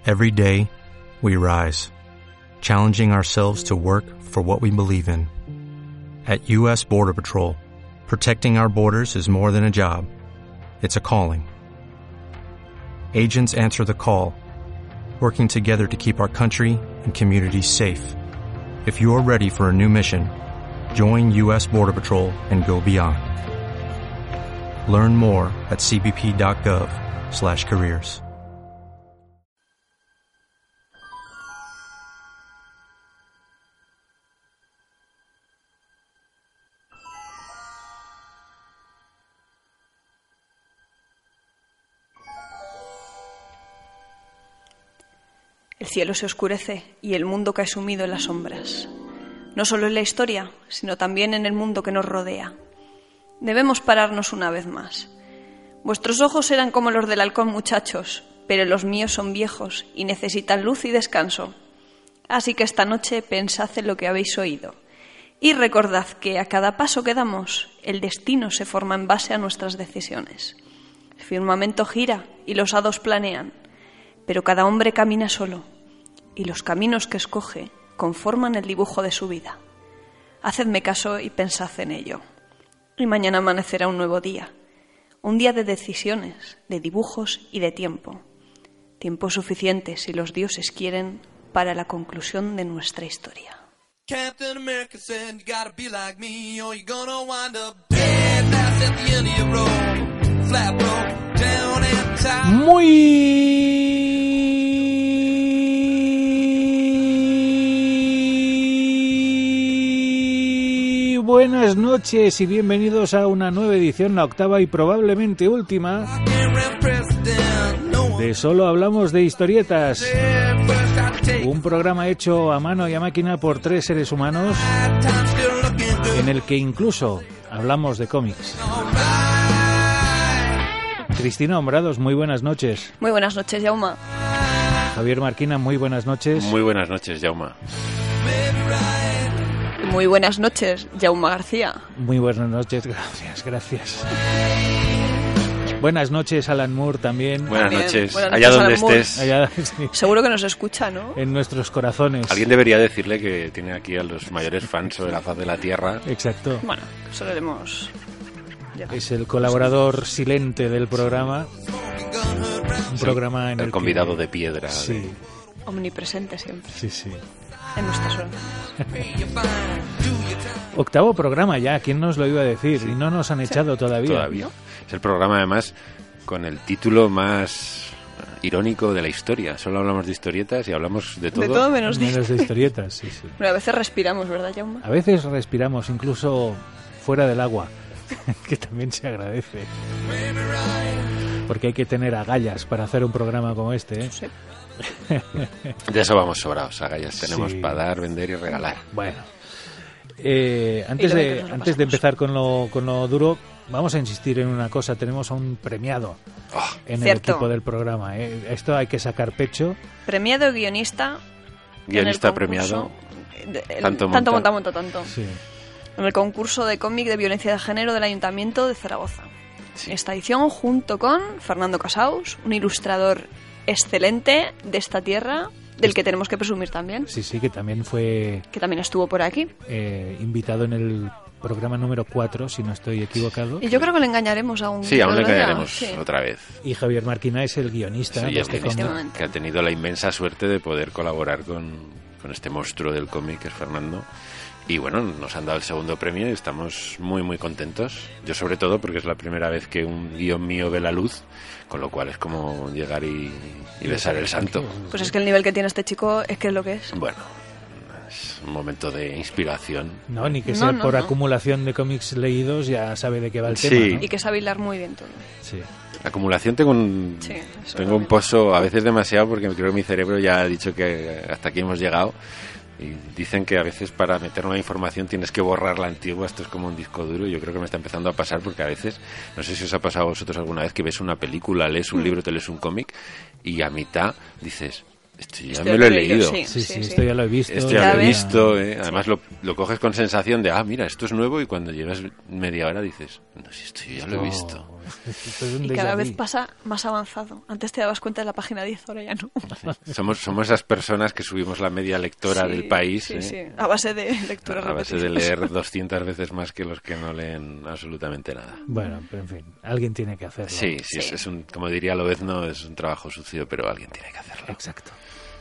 Every day, we rise, challenging ourselves to work for what we believe in. At U.S. Border Patrol, protecting our borders is more than a job. It's a calling. Agents answer the call, working together to keep our country and communities safe. If you are ready for a new mission, join U.S. Border Patrol and go beyond. Learn more at cbp.gov/careers. El cielo se oscurece y el mundo cae sumido en las sombras. No solo en la historia, sino también en el mundo que nos rodea. Debemos pararnos una vez más. Vuestros ojos eran como los del halcón, muchachos, pero los míos son viejos y necesitan luz y descanso. Así que esta noche pensad en lo que habéis oído. Y recordad que a cada paso que damos, el destino se forma en base a nuestras decisiones. El firmamento gira y los hados planean. Pero cada hombre camina solo, y los caminos que escoge conforman el dibujo de su vida. Hacedme caso y pensad en ello. Y mañana amanecerá un nuevo día. Un día de decisiones, de dibujos y de tiempo. Tiempo suficiente, si los dioses quieren, para la conclusión de nuestra historia. Captain America said, you gotta be like me, or you're gonna wind up dead fast at the end of your road. Flat broke down and tired. Muy buenas noches y bienvenidos a una nueva edición, la octava y probablemente última, de Solo Hablamos de Historietas, un programa hecho a mano y a máquina por 3 seres humanos, en el que incluso hablamos de cómics. Cristina Hombrados, muy buenas noches. Muy buenas noches, Jauma. Javier Marquina, muy buenas noches. Muy buenas noches, Jauma. Muy buenas noches, Jauma García. Muy buenas noches, gracias. Buenas noches, Alan Moore, también. Buenas noches, buenas allá noches, donde Alan Moore. estés. Allá, sí. Seguro que nos escucha, ¿no? En nuestros corazones. Alguien debería decirle que tiene aquí a los mayores fans sobre la faz de la Tierra. Exacto. Bueno, eso lo haremos. Es el colaborador silente del programa. Un programa en el convidado que... de piedra. Sí. Omnipresente siempre. Sí. En nuestras zonas. Octavo programa ya, ¿quién nos lo iba a decir? Y no nos han echado todavía. ¿No? Es el programa, además, con el título más irónico de la historia. Solo hablamos de historietas y hablamos de todo. De todo menos de historietas, sí. Bueno, a veces respiramos, ¿verdad, Jauma? A veces respiramos, incluso fuera del agua, que también se agradece. Porque hay que tener agallas para hacer un programa como este, ¿eh? Sí. De eso vamos sobrados, agallas. Tenemos Sí. para dar, vender y regalar. Bueno, antes de empezar con lo duro, vamos a insistir en una cosa. Tenemos a un premiado en Cierto. el equipo del programa, ¿eh? Esto hay que sacar pecho. Premiado guionista. Guionista en el concurso, premiado. Tanto monta. Sí. En el concurso de cómic de violencia de género del Ayuntamiento de Zaragoza. Sí. Esta edición junto con Fernando Casaus, un ilustrador excelente de esta tierra, del que tenemos que presumir también, Sí, que también fue que también estuvo por aquí. invitado en el programa número 4, si no estoy equivocado. Y yo creo que le engañaremos aún. Sí, aún le ¿verdad? engañaremos Sí. otra vez. Y Javier Marquina es el guionista Sí, de el este guionista, cómic. que ha tenido la inmensa suerte de poder colaborar con este monstruo del cómic que es Fernando. Y bueno, nos han dado el segundo premio y estamos muy muy contentos. Yo sobre todo porque es la primera vez que un guión mío ve la luz, con lo cual es como llegar y besar el santo. Pues es que el nivel que tiene este chico es que es lo que es. Bueno, es un momento de inspiración. No, ni que sea No. por acumulación de cómics leídos, ya sabe de qué va el Sí. tema, ¿no? Y que sabe hilar muy bien todo. Sí. Acumulación tengo un Sí, eso tengo un es pozo, a veces demasiado, porque creo que mi cerebro ya ha dicho que hasta aquí hemos llegado. Y dicen que a veces para meter nueva información tienes que borrar la antigua, esto es como un disco duro, y yo creo que me está empezando a pasar porque a veces, no sé si os ha pasado a vosotros alguna vez que ves una película, lees un libro, te lees un cómic y a mitad dices, esto ya me lo he leído. Sí. Sí, esto ya lo he visto. Esto ya lo he ves. visto, además lo coges con sensación de, mira, esto es nuevo, y cuando llevas media hora dices, no, si esto yo ya lo he visto. Esto es un Y déjà cada vu. vez pasa más avanzado. Antes te dabas cuenta de la página 10, ahora ya no. Somos esas personas que subimos la media lectora Sí, del país. Sí, sí, a base de lecturas A base de repetidas. leer 200 veces más que los que no leen absolutamente nada. Bueno, pero en fin, alguien tiene que hacerlo. Sí, Sí. es un, como diría Lobezno, es un trabajo sucio, pero alguien tiene que hacerlo. Exacto.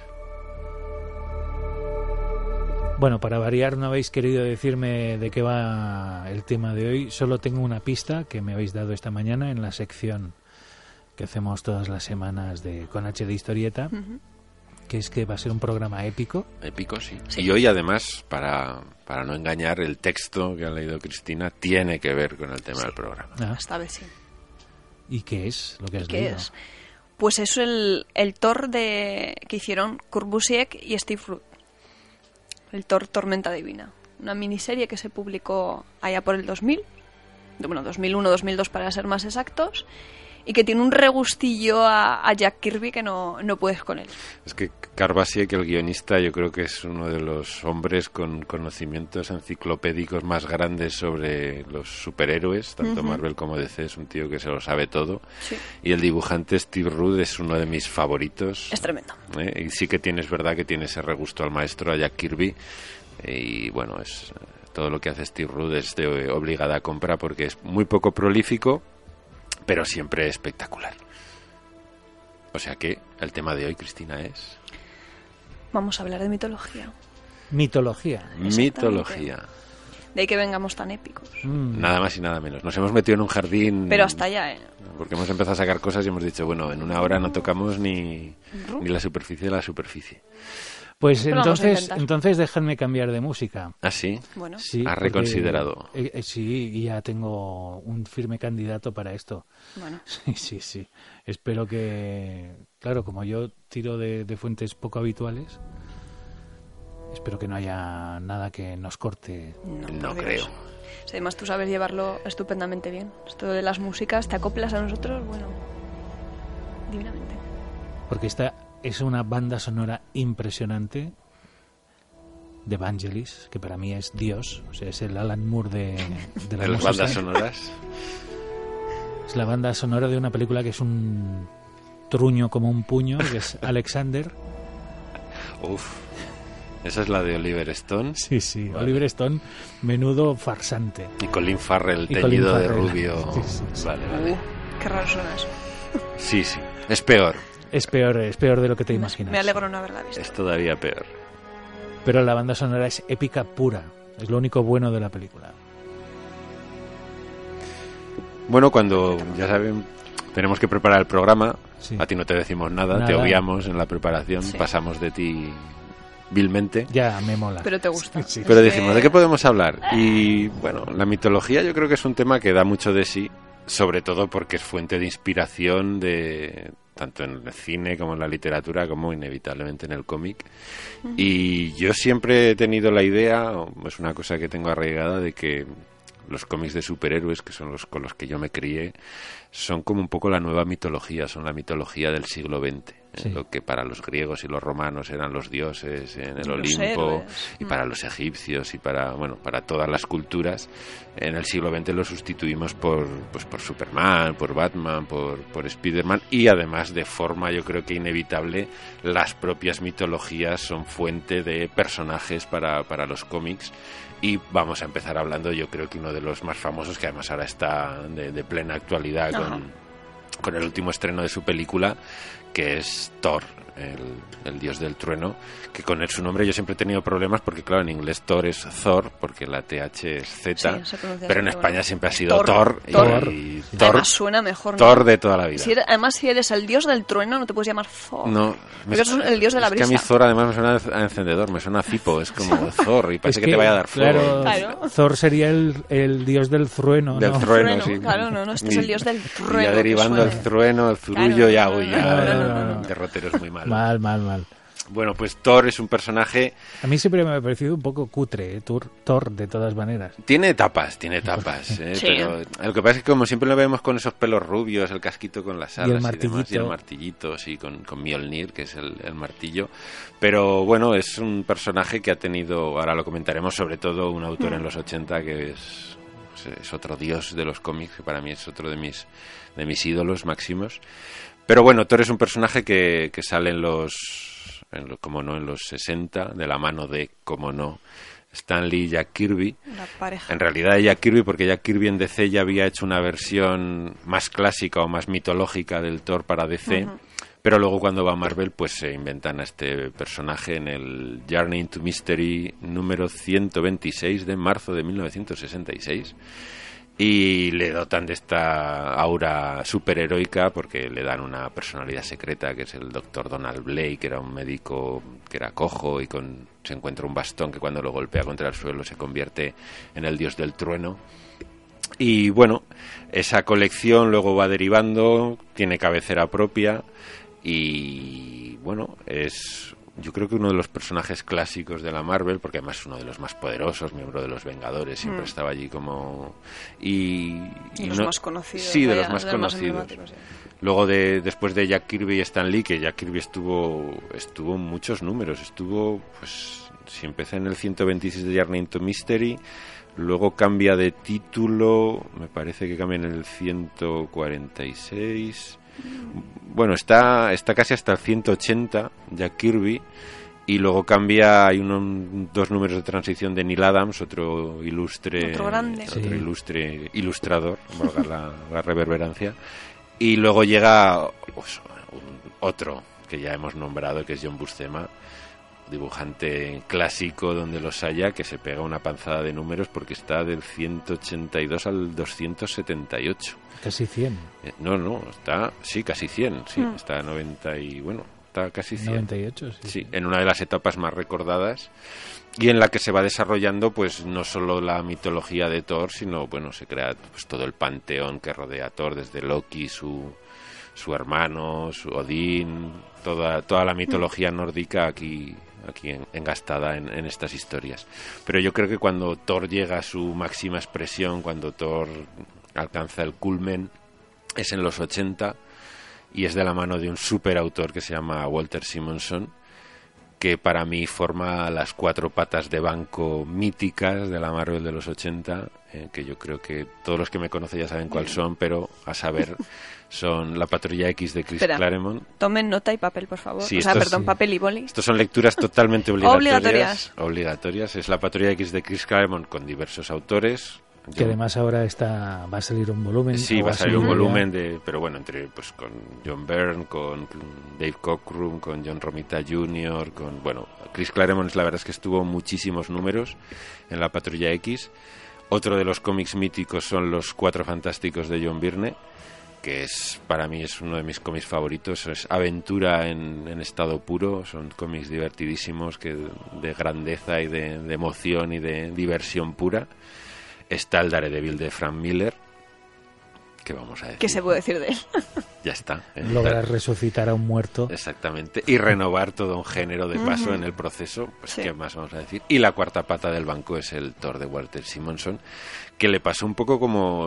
Bueno, para variar, no habéis querido decirme de qué va el tema de hoy. Solo tengo una pista que me habéis dado esta mañana en la sección que hacemos todas las semanas con H de Historieta, que es que va a ser un programa épico. Épico, sí. Sí. Y hoy, además, para no engañar, el texto que ha leído Cristina tiene que ver con el tema del programa. Ah, Esta vez sí. ¿y qué es lo que has ¿Qué leído? es? Pues es el Thor que hicieron Kurt Busiek y Steve Rudd. El Thor Tormenta Divina. Una miniserie que se publicó allá por el 2000. Bueno, 2001, 2002 para ser más exactos. Y que tiene un regustillo a Jack Kirby que no puedes con él. Es que Carbasiek, el guionista, yo creo que es uno de los hombres con conocimientos enciclopédicos más grandes sobre los superhéroes, tanto Marvel como DC. Es un tío que se lo sabe todo. Sí. Y el dibujante Steve Rudd es uno de mis favoritos. Es tremendo. Y sí que es verdad que tiene ese regusto al maestro, a Jack Kirby. Y bueno, todo lo que hace Steve Rudd es de obligada compra porque es muy poco prolífico, pero siempre espectacular. O sea que el tema de hoy, Cristina, es Vamos a hablar de mitología. Mitología. mitología. De ahí que vengamos tan épicos. Nada más y nada menos. Nos hemos metido en un jardín... Pero hasta allá, ¿eh? Porque hemos empezado a sacar cosas y hemos dicho, bueno, en una hora no tocamos ni la superficie de la superficie. Pues Pero vamos a intentar. entonces dejadme cambiar de música. ¿Ah, sí? Bueno, Sí, ¿Has porque, reconsiderado? Sí, y ya tengo un firme candidato para esto. bueno. Sí. Espero que... Claro, como yo tiro de fuentes poco habituales, espero que no haya nada que nos corte. No por creo. Dios. Si además tú sabes llevarlo estupendamente bien. Esto de las músicas, te acoplas a nosotros, bueno, divinamente. Porque esta es una banda sonora impresionante de Vangelis, que para mí es Dios. O sea, es el Alan Moore de la De las música. bandas sonoras. Es la banda sonora de una película que es un truño como un puño, que es Alexander. Uf. Esa es la de Oliver Stone. Sí. Vale. Oliver Stone, menudo farsante. Y Colin Farrell, Y teñido Colin de Farrell. rubio. Sí. Vale. Qué raro suena eso. Sí. Es peor. Es peor de lo que te imaginas. Me alegro no haberla visto. Es todavía peor. Pero la banda sonora es épica pura. Es lo único bueno de la película. Bueno, cuando, ya saben, tenemos que preparar el programa, Sí. a ti no te decimos nada, te Nada. obviamos en la preparación, Sí. pasamos de ti vilmente. Ya me mola. Pero te gusta. Sí. Pero Es decimos, que- ¿de qué podemos hablar? Y bueno, la mitología yo creo que es un tema que da mucho de sí, sobre todo porque es fuente de inspiración de tanto en el cine como en la literatura, como inevitablemente en el cómic. Y yo siempre he tenido la idea, o es una cosa que tengo arraigada, de que los cómics de superhéroes, que son los con los que yo me crié, son como un poco la nueva mitología, son la mitología del siglo XX. Sí. Lo que para los griegos y los romanos eran los dioses en el Los Olimpo, héroes. y para los egipcios y para todas las culturas, en el siglo XX lo sustituimos por Superman, por Batman, por Spiderman, y además de forma yo creo que inevitable las propias mitologías son fuente de personajes para los cómics. Y vamos a empezar hablando, yo creo que uno de los más famosos, que además ahora está de plena actualidad Ajá. con el último estreno de su película, que es Thor, el dios del trueno, que con su nombre yo siempre he tenido problemas porque claro, en inglés Thor es Thor, porque la TH es Z, Sí, se pronuncia pero en así, España bueno. siempre ha sido Thor. Thor, y Thor, Además suena mejor, ¿no? Thor de toda la vida. Además, si eres el dios del trueno, no te puedes llamar Thor. No, Porque es el dios de la es que a mí brisa. Thor además me suena a encendedor, me suena a cipo, es como Thor y parece Es que te vaya a dar fuego. Claro. Thor sería el dios del trueno, Del ¿no? trueno, sí. Claro, no, este es el dios del Y trueno. ya que derivando el suene. trueno, el zurullo, Claro, ya, no, uy, no, ya, no. derroteros muy malos. Mal. Bueno, pues Thor es un personaje... A mí siempre me ha parecido un poco cutre, Thor de todas maneras. Tiene etapas, Sí. pero lo que pasa es que como siempre lo vemos con esos pelos rubios, el casquito con las alas y demás, y el martillito. martillito, sí, con Mjolnir, que es el martillo. Pero bueno, es un personaje que ha tenido, ahora lo comentaremos, sobre todo un autor en los 80 que es es otro dios de los cómics, que para mí es otro de mis ídolos máximos. Pero bueno, Thor es un personaje que sale en los 60, de la mano de, como no, Stan Lee y Jack Kirby. Una pareja. En realidad de Jack Kirby, porque Jack Kirby en DC ya había hecho una versión más clásica o más mitológica del Thor para DC, pero luego cuando va a Marvel pues se inventan a este personaje en el Journey into Mystery número 126 de marzo de 1966. Y le dotan de esta aura superheroica porque le dan una personalidad secreta, que es el Dr. Donald Blake, que era un médico que era cojo y se encuentra un bastón que cuando lo golpea contra el suelo se convierte en el dios del trueno. Y bueno, esa colección luego va derivando, tiene cabecera propia y bueno, es... Yo creo que uno de los personajes clásicos de la Marvel, porque además es uno de los más poderosos, miembro de los Vengadores, siempre estaba allí como... Y los más conocidos. Sí, de los más conocidos. Sí. Luego, después de Jack Kirby y Stan Lee, que Jack Kirby estuvo en muchos números. Si empecé en el 126 de Journey into Mystery, luego cambia de título, me parece que cambia en el 146... Bueno, está casi hasta el 180 Jack Kirby, y luego cambia, hay dos números de transición de Neil Adams, otro ilustre ilustrador, valga la reverberancia, y luego llega otro que ya hemos nombrado, que es John Buscema, dibujante clásico donde los haya, que se pega una panzada de números porque está del 182 al 278. Casi 100. No, está, sí, casi 100, sí, está 90 y bueno, está casi 100. 98, sí. Sí, en una de las etapas más recordadas y en la que se va desarrollando pues no solo la mitología de Thor, sino bueno, se crea pues todo el panteón que rodea a Thor, desde Loki, su hermano, su Odín, toda la mitología nórdica aquí engastada en estas historias. Pero yo creo que cuando Thor llega a su máxima expresión, cuando Thor alcanza el culmen, es en los 80 y es de la mano de un superautor que se llama Walter Simonson, que para mí forma las 4 patas de banco míticas de la Marvel de los 80, que yo creo que todos los que me conocen ya saben cuáles son, pero a saber, son la Patrulla X de Chris Claremont. Tomen nota y papel, por favor. Sí, papel y boli. Estos son lecturas totalmente obligatorias. Es la Patrulla X de Chris Claremont con diversos autores. Que además ahora va a salir un volumen. Sí, va a salir un volumen pero bueno, con John Byrne, con Dave Cockrum, con John Romita Jr., Chris Claremont, la verdad es que estuvo muchísimos números en la Patrulla X. Otro de los cómics míticos son los 4 Fantásticos de John Byrne, que para mí es uno de mis cómics favoritos. Es aventura en estado puro, son cómics divertidísimos, de grandeza y de emoción y de diversión pura. Está el Daredevil de Frank Miller, que vamos a decir. ¿Qué se puede decir de él? Ya está. Lograr resucitar a un muerto. Exactamente. Y renovar todo un género de paso en el proceso. Pues sí. ¿Qué más vamos a decir? Y la 4ª pata del banco es el Thor de Walter Simonson, que le pasó un poco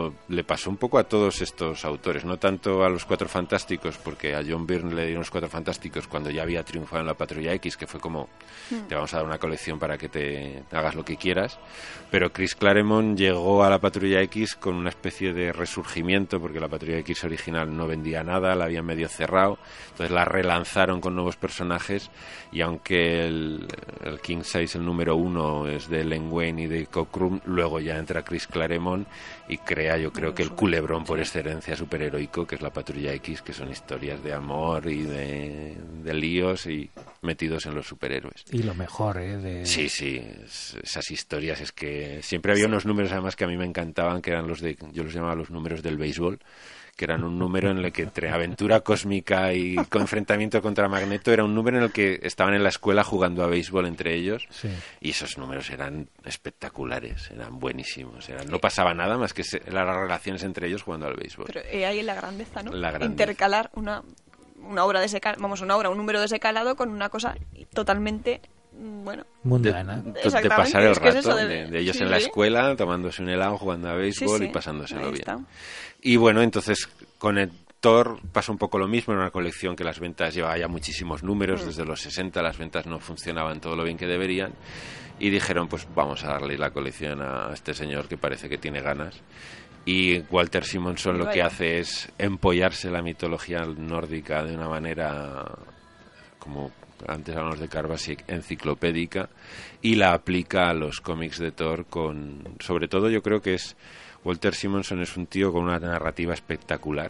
a todos estos autores, no tanto a los 4 Fantásticos, porque a John Byrne le dieron los 4 Fantásticos cuando ya había triunfado en la Patrulla X, que fue como, te vamos a dar una colección para que te hagas lo que quieras, pero Chris Claremont llegó a la Patrulla X con una especie de resurgimiento, porque la Patrulla X original no vendía nada, la habían medio cerrado, entonces la relanzaron con nuevos personajes, y aunque el King Size, el número 1, es de Len Wein y de Cockrum, luego ya entra Chris Claremont y crea, yo creo que el culebrón por excelencia superheroico, que es la Patrulla X, que son historias de amor y de líos y metidos en los superhéroes. Y lo mejor, Sí, esas historias, es que siempre había unos números además que a mí me encantaban, que eran yo los llamaba los números del béisbol, que eran un número en el que entre aventura cósmica y enfrentamiento contra Magneto, era un número en el que estaban en la escuela jugando a béisbol entre ellos, y esos números eran espectaculares, eran buenísimos, no pasaba nada más que las relaciones entre ellos jugando al béisbol. Pero ahí en la grandeza, ¿no? La grandeza. Intercalar una obra de ese un número de ese calado con una cosa totalmente... mundana. De pasar el rato, de ellos en la escuela, tomándose un helado, jugando a béisbol y pasándoselo bien. Y bueno, entonces con Thor pasa un poco lo mismo, era una colección que las ventas llevaba ya muchísimos números, desde los 60 las ventas no funcionaban todo lo bien que deberían, y dijeron, pues vamos a darle la colección a este señor que parece que tiene ganas. Y Walter Simonson lo que hace es empollarse la mitología nórdica de una manera, como antes hablamos de Carvasic, enciclopédica, y la aplica a los cómics de Thor sobre todo yo creo que Walter Simonson es un tío con una narrativa espectacular.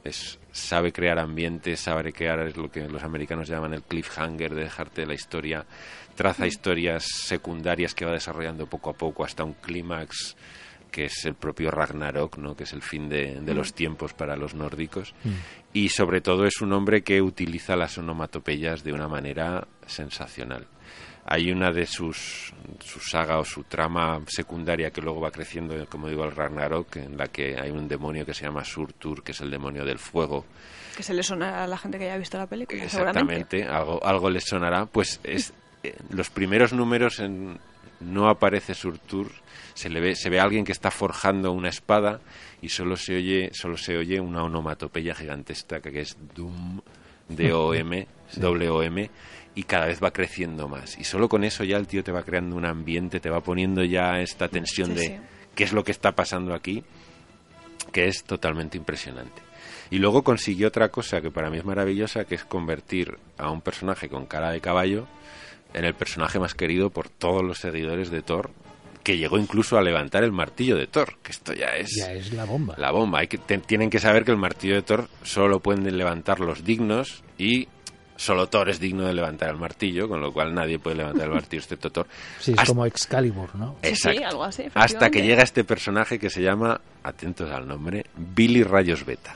Sabe crear ambientes, sabe crear lo que los americanos llaman el cliffhanger, de dejarte la historia, traza historias secundarias que va desarrollando poco a poco hasta un clímax que es el propio Ragnarok, ¿no? Que es el fin de los tiempos para los nórdicos. Y sobre todo es un hombre que utiliza las onomatopeyas de una manera sensacional. Hay una de su saga o su trama secundaria que luego va creciendo, como digo, el Ragnarok, en la que hay un demonio que se llama Surtur, que es el demonio del fuego. Que se le sonará a la gente que haya visto la película. Exactamente, algo les sonará. Pues los primeros números no aparece Surtur, se ve a alguien que está forjando una espada y solo se oye una onomatopeya gigantesca que es Doom, D-O-M, W-O-M, y cada vez va creciendo más. Y solo con eso ya el tío te va creando un ambiente, te va poniendo ya esta tensión de qué es lo que está pasando aquí, que es totalmente impresionante. Y luego consiguió otra cosa que para mí es maravillosa, que es convertir a un personaje con cara de caballo en el personaje más querido por todos los seguidores de Thor, que llegó incluso a levantar el martillo de Thor, que esto ya es la bomba. La bomba. Tienen que saber que el martillo de Thor solo lo pueden levantar los dignos, y solo Thor es digno de levantar el martillo, con lo cual nadie puede levantar el martillo excepto Thor. Sí, es como Excalibur, ¿no? Exacto. Sí, algo así, hasta que llega este personaje que se llama, atentos al nombre, Billy Rayos Beta.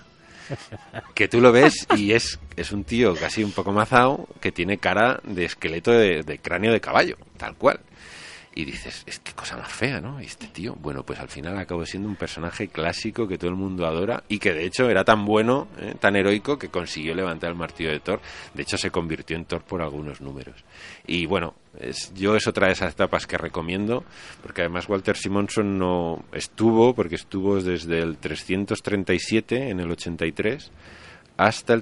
Que tú lo ves y es un tío casi un poco mazao, que tiene cara de esqueleto de cráneo de caballo, tal cual. Y dices, qué cosa más fea, ¿no? Y este tío, bueno, pues al final acabó siendo un personaje clásico que todo el mundo adora y que de hecho era tan bueno, tan heroico, que consiguió levantar el martillo de Thor. De hecho se convirtió en Thor por algunos números. Y bueno, es otra de esas etapas que recomiendo, porque además Walter Simonson porque estuvo desde el 337 en el 83 hasta el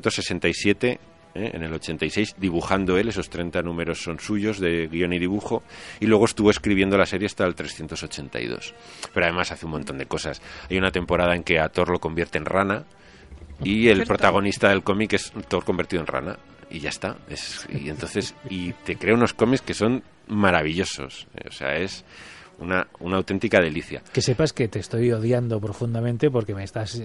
367 en el 86, dibujando él. Esos 30 números son suyos de guión y dibujo, y luego estuvo escribiendo la serie hasta el 382. Pero además hace un montón de cosas. Hay una temporada en que a Thor lo convierte en rana, y el protagonista del cómic es Thor convertido en rana, y ya está. Y te crea unos cómics que son maravillosos. O sea, es una auténtica delicia. Que sepas que te estoy odiando profundamente porque me estás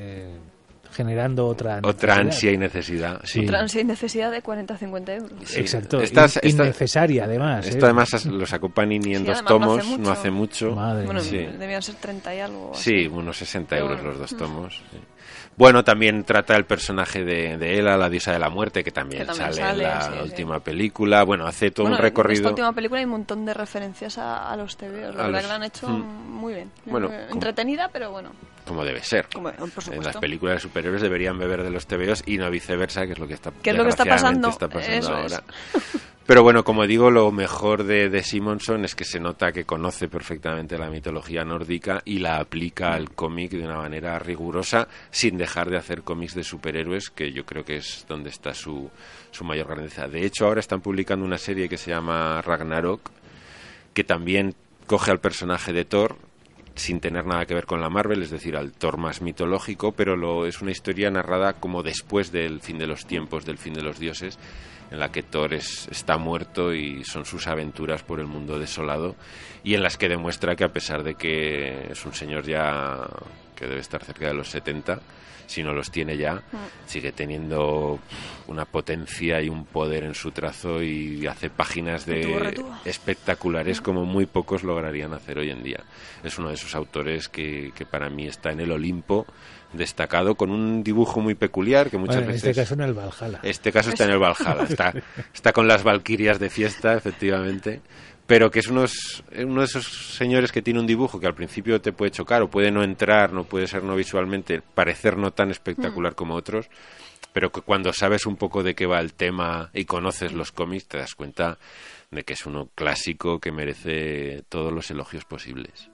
generando otra ansia y necesidad. Sí. Otra ansia y necesidad de 40 o 50 euros. Sí. Exacto, innecesaria además. Esto además lo sacó Panini en 2 tomos, no hace mucho. Bueno, sí. Debían ser 30 y algo. Sí, unos 60 euros los 2 tomos. Sí. Bueno, también trata el personaje de Hela, la diosa de la muerte, que también sale en la última película. Bueno, hace todo un recorrido. En esta última película hay un montón de referencias a los TVOs. La verdad que la han hecho muy bien. Bueno, entretenida, pero bueno. Como debe ser. Por supuesto. En las películas de superhéroes deberían beber de los TVOs y no viceversa, que es lo que está pasando ahora. Pero bueno, como digo, lo mejor de Simonson es que se nota que conoce perfectamente la mitología nórdica y la aplica al cómic de una manera rigurosa, sin dejar de hacer cómics de superhéroes, que yo creo que es donde está su mayor grandeza. De hecho, ahora están publicando una serie que se llama Ragnarok, que también coge al personaje de Thor, sin tener nada que ver con la Marvel, es decir, al Thor más mitológico, pero es una historia narrada como después del fin de los tiempos, del fin de los dioses, en la que Thor está muerto y son sus aventuras por el mundo desolado, y en las que demuestra que, a pesar de que es un señor ya que debe estar cerca de los 70, si no los tiene ya, sigue teniendo una potencia y un poder en su trazo, y hace páginas espectaculares como muy pocos lograrían hacer hoy en día. Es uno de esos autores que para mí está en el Olimpo, destacado, con un dibujo muy peculiar que muchas veces... En este caso en el Valhalla. Este caso está en el Valhalla, está con las valquirias de fiesta, efectivamente, pero que es uno de esos señores que tiene un dibujo que al principio te puede chocar o puede no entrar, no puede ser no visualmente, parecer no tan espectacular como otros, pero que cuando sabes un poco de qué va el tema y conoces los cómics te das cuenta de que es uno clásico que merece todos los elogios posibles.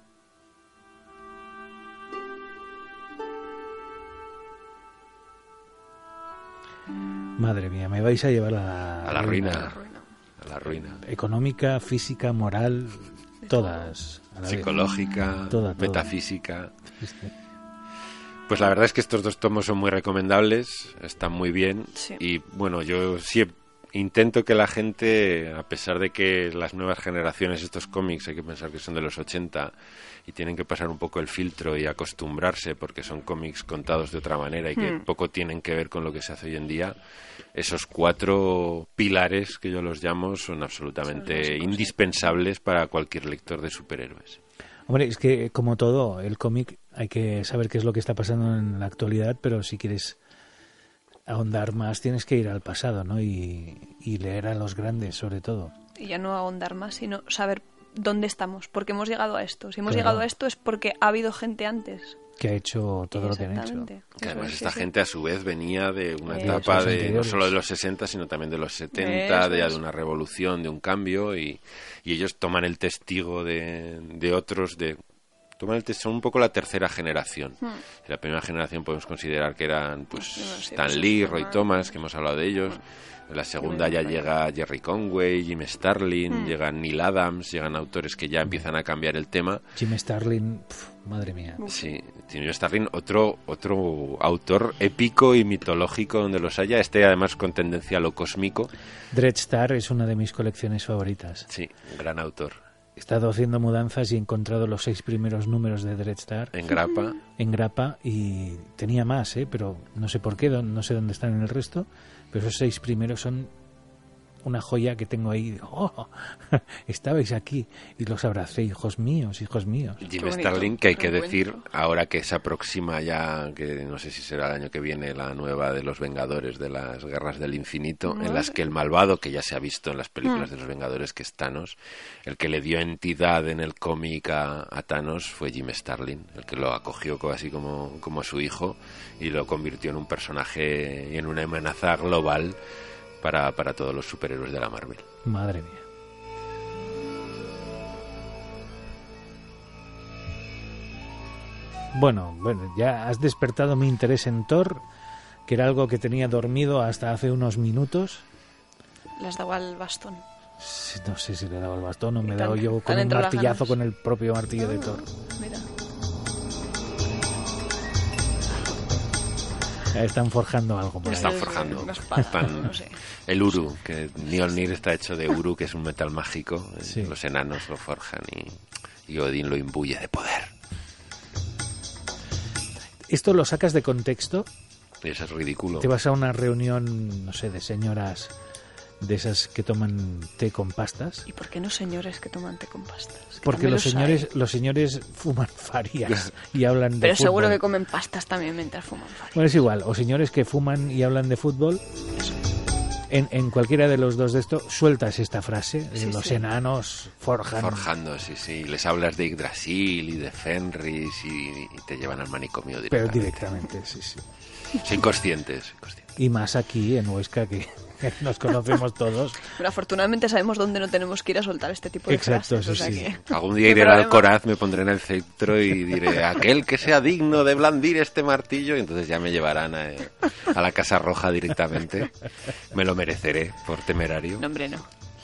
Madre mía, me vais a llevar a la ruina. A la ruina. Económica, física, moral, todas. A la Psicológica, vez. Toda. metafísica. Sí. Pues la verdad es que estos 2 tomos son muy recomendables, están muy bien. Sí. Y bueno, yo sí intento que la gente, a pesar de que las nuevas generaciones, estos cómics, hay que pensar que son de los 80 y tienen que pasar un poco el filtro y acostumbrarse porque son cómics contados de otra manera y que poco tienen que ver con lo que se hace hoy en día, esos 4 pilares que yo los llamo son absolutamente indispensables para cualquier lector de superhéroes. Hombre, es que como todo, el cómic hay que saber qué es lo que está pasando en la actualidad, pero si quieres ahondar más tienes que ir al pasado, ¿no? Y leer a los grandes, sobre todo. Y ya no ahondar más, sino saber dónde estamos, porque hemos llegado a esto. Si hemos Claro. llegado a esto es porque ha habido gente antes. Que ha hecho todo lo que han hecho. Exactamente. Que además Eso es, esta sí, gente a su vez venía de una De etapa esos de no anteriores. solo de los 60 sino también de los 70, Eso de es. una revolución, de un cambio y ellos toman el testigo de otros, son un poco la tercera generación. La primera generación podemos considerar que eran pues Sí, Stan sí, Lee, sí, Roy sí. Thomas, que hemos hablado de ellos. En la segunda ya llega Jerry Conway, Jim Starlin, llegan Neil Adams, llegan autores que ya empiezan a cambiar el tema. Jim Starlin, madre mía. Sí, Jim Starlin, otro autor épico y mitológico donde los haya. Este además con tendencia a lo cósmico. Dreadstar es una de mis colecciones favoritas. Sí, gran autor. He estado haciendo mudanzas y he encontrado los 6 primeros números de Dreadstar En grapa. en grapa y tenía más, pero no sé por qué, no sé dónde están en el resto, pero esos 6 primeros son una joya que tengo ahí. ¡Oh! Estabais aquí y los abracé, hijos míos, hijos míos. Jim bonito, Starlin, que hay que qué decir, bonito. ahora que se aproxima ya, que no sé si será el año que viene, la nueva de los Vengadores de las Guerras del Infinito, en las que el malvado, que ya se ha visto en las películas de los Vengadores, que es Thanos, el que le dio entidad en el cómic a Thanos fue Jim Starlin, el que lo acogió casi como su hijo y lo convirtió en un personaje y en una amenaza global para todos los superhéroes de la Marvel. Madre mía. Bueno, ya has despertado mi interés en Thor, que era algo que tenía dormido hasta hace unos minutos. Le has dado al bastón. No sé si le he dado el bastón o me he Te han- dado yo te con han un entrado las martillazo ganas. con el propio martillo de Thor. Mira. Están forjando algo por ahí. Están Es forjando. una espada, Están- no sé. El Uru, que Mjolnir está hecho de Uru, que es un metal mágico. Sí. Los enanos lo forjan y Odín lo imbuye de poder. Esto lo sacas de contexto, Y eso es ridículo. te vas a una reunión, no sé, de señoras de esas que toman té con pastas. ¿Y por qué no señores que toman té con pastas? Que Porque también los señores fuman farías y hablan de Pero fútbol. seguro que comen pastas también mientras fuman farías. Bueno, es igual, o señores que fuman y hablan de fútbol. En cualquiera de los dos de estos sueltas esta frase, Sí, los sí. enanos forjan. Forjando, sí. Les hablas de Yggdrasil y de Fenris y te llevan al manicomio Pero directamente. directamente, sí. Son conscientes. Y más aquí en Huesca, que nos conocemos todos. Pero afortunadamente sabemos dónde no tenemos que ir a soltar este tipo de Exacto, frases. O sea sí, sí. que... Algún día ¿Qué iré al problema? Alcoraz, me pondré en el cetro y diré, aquel que sea digno de blandir este martillo, y entonces ya me llevarán a la Casa Roja directamente. Me lo mereceré por temerario. No, hombre, no.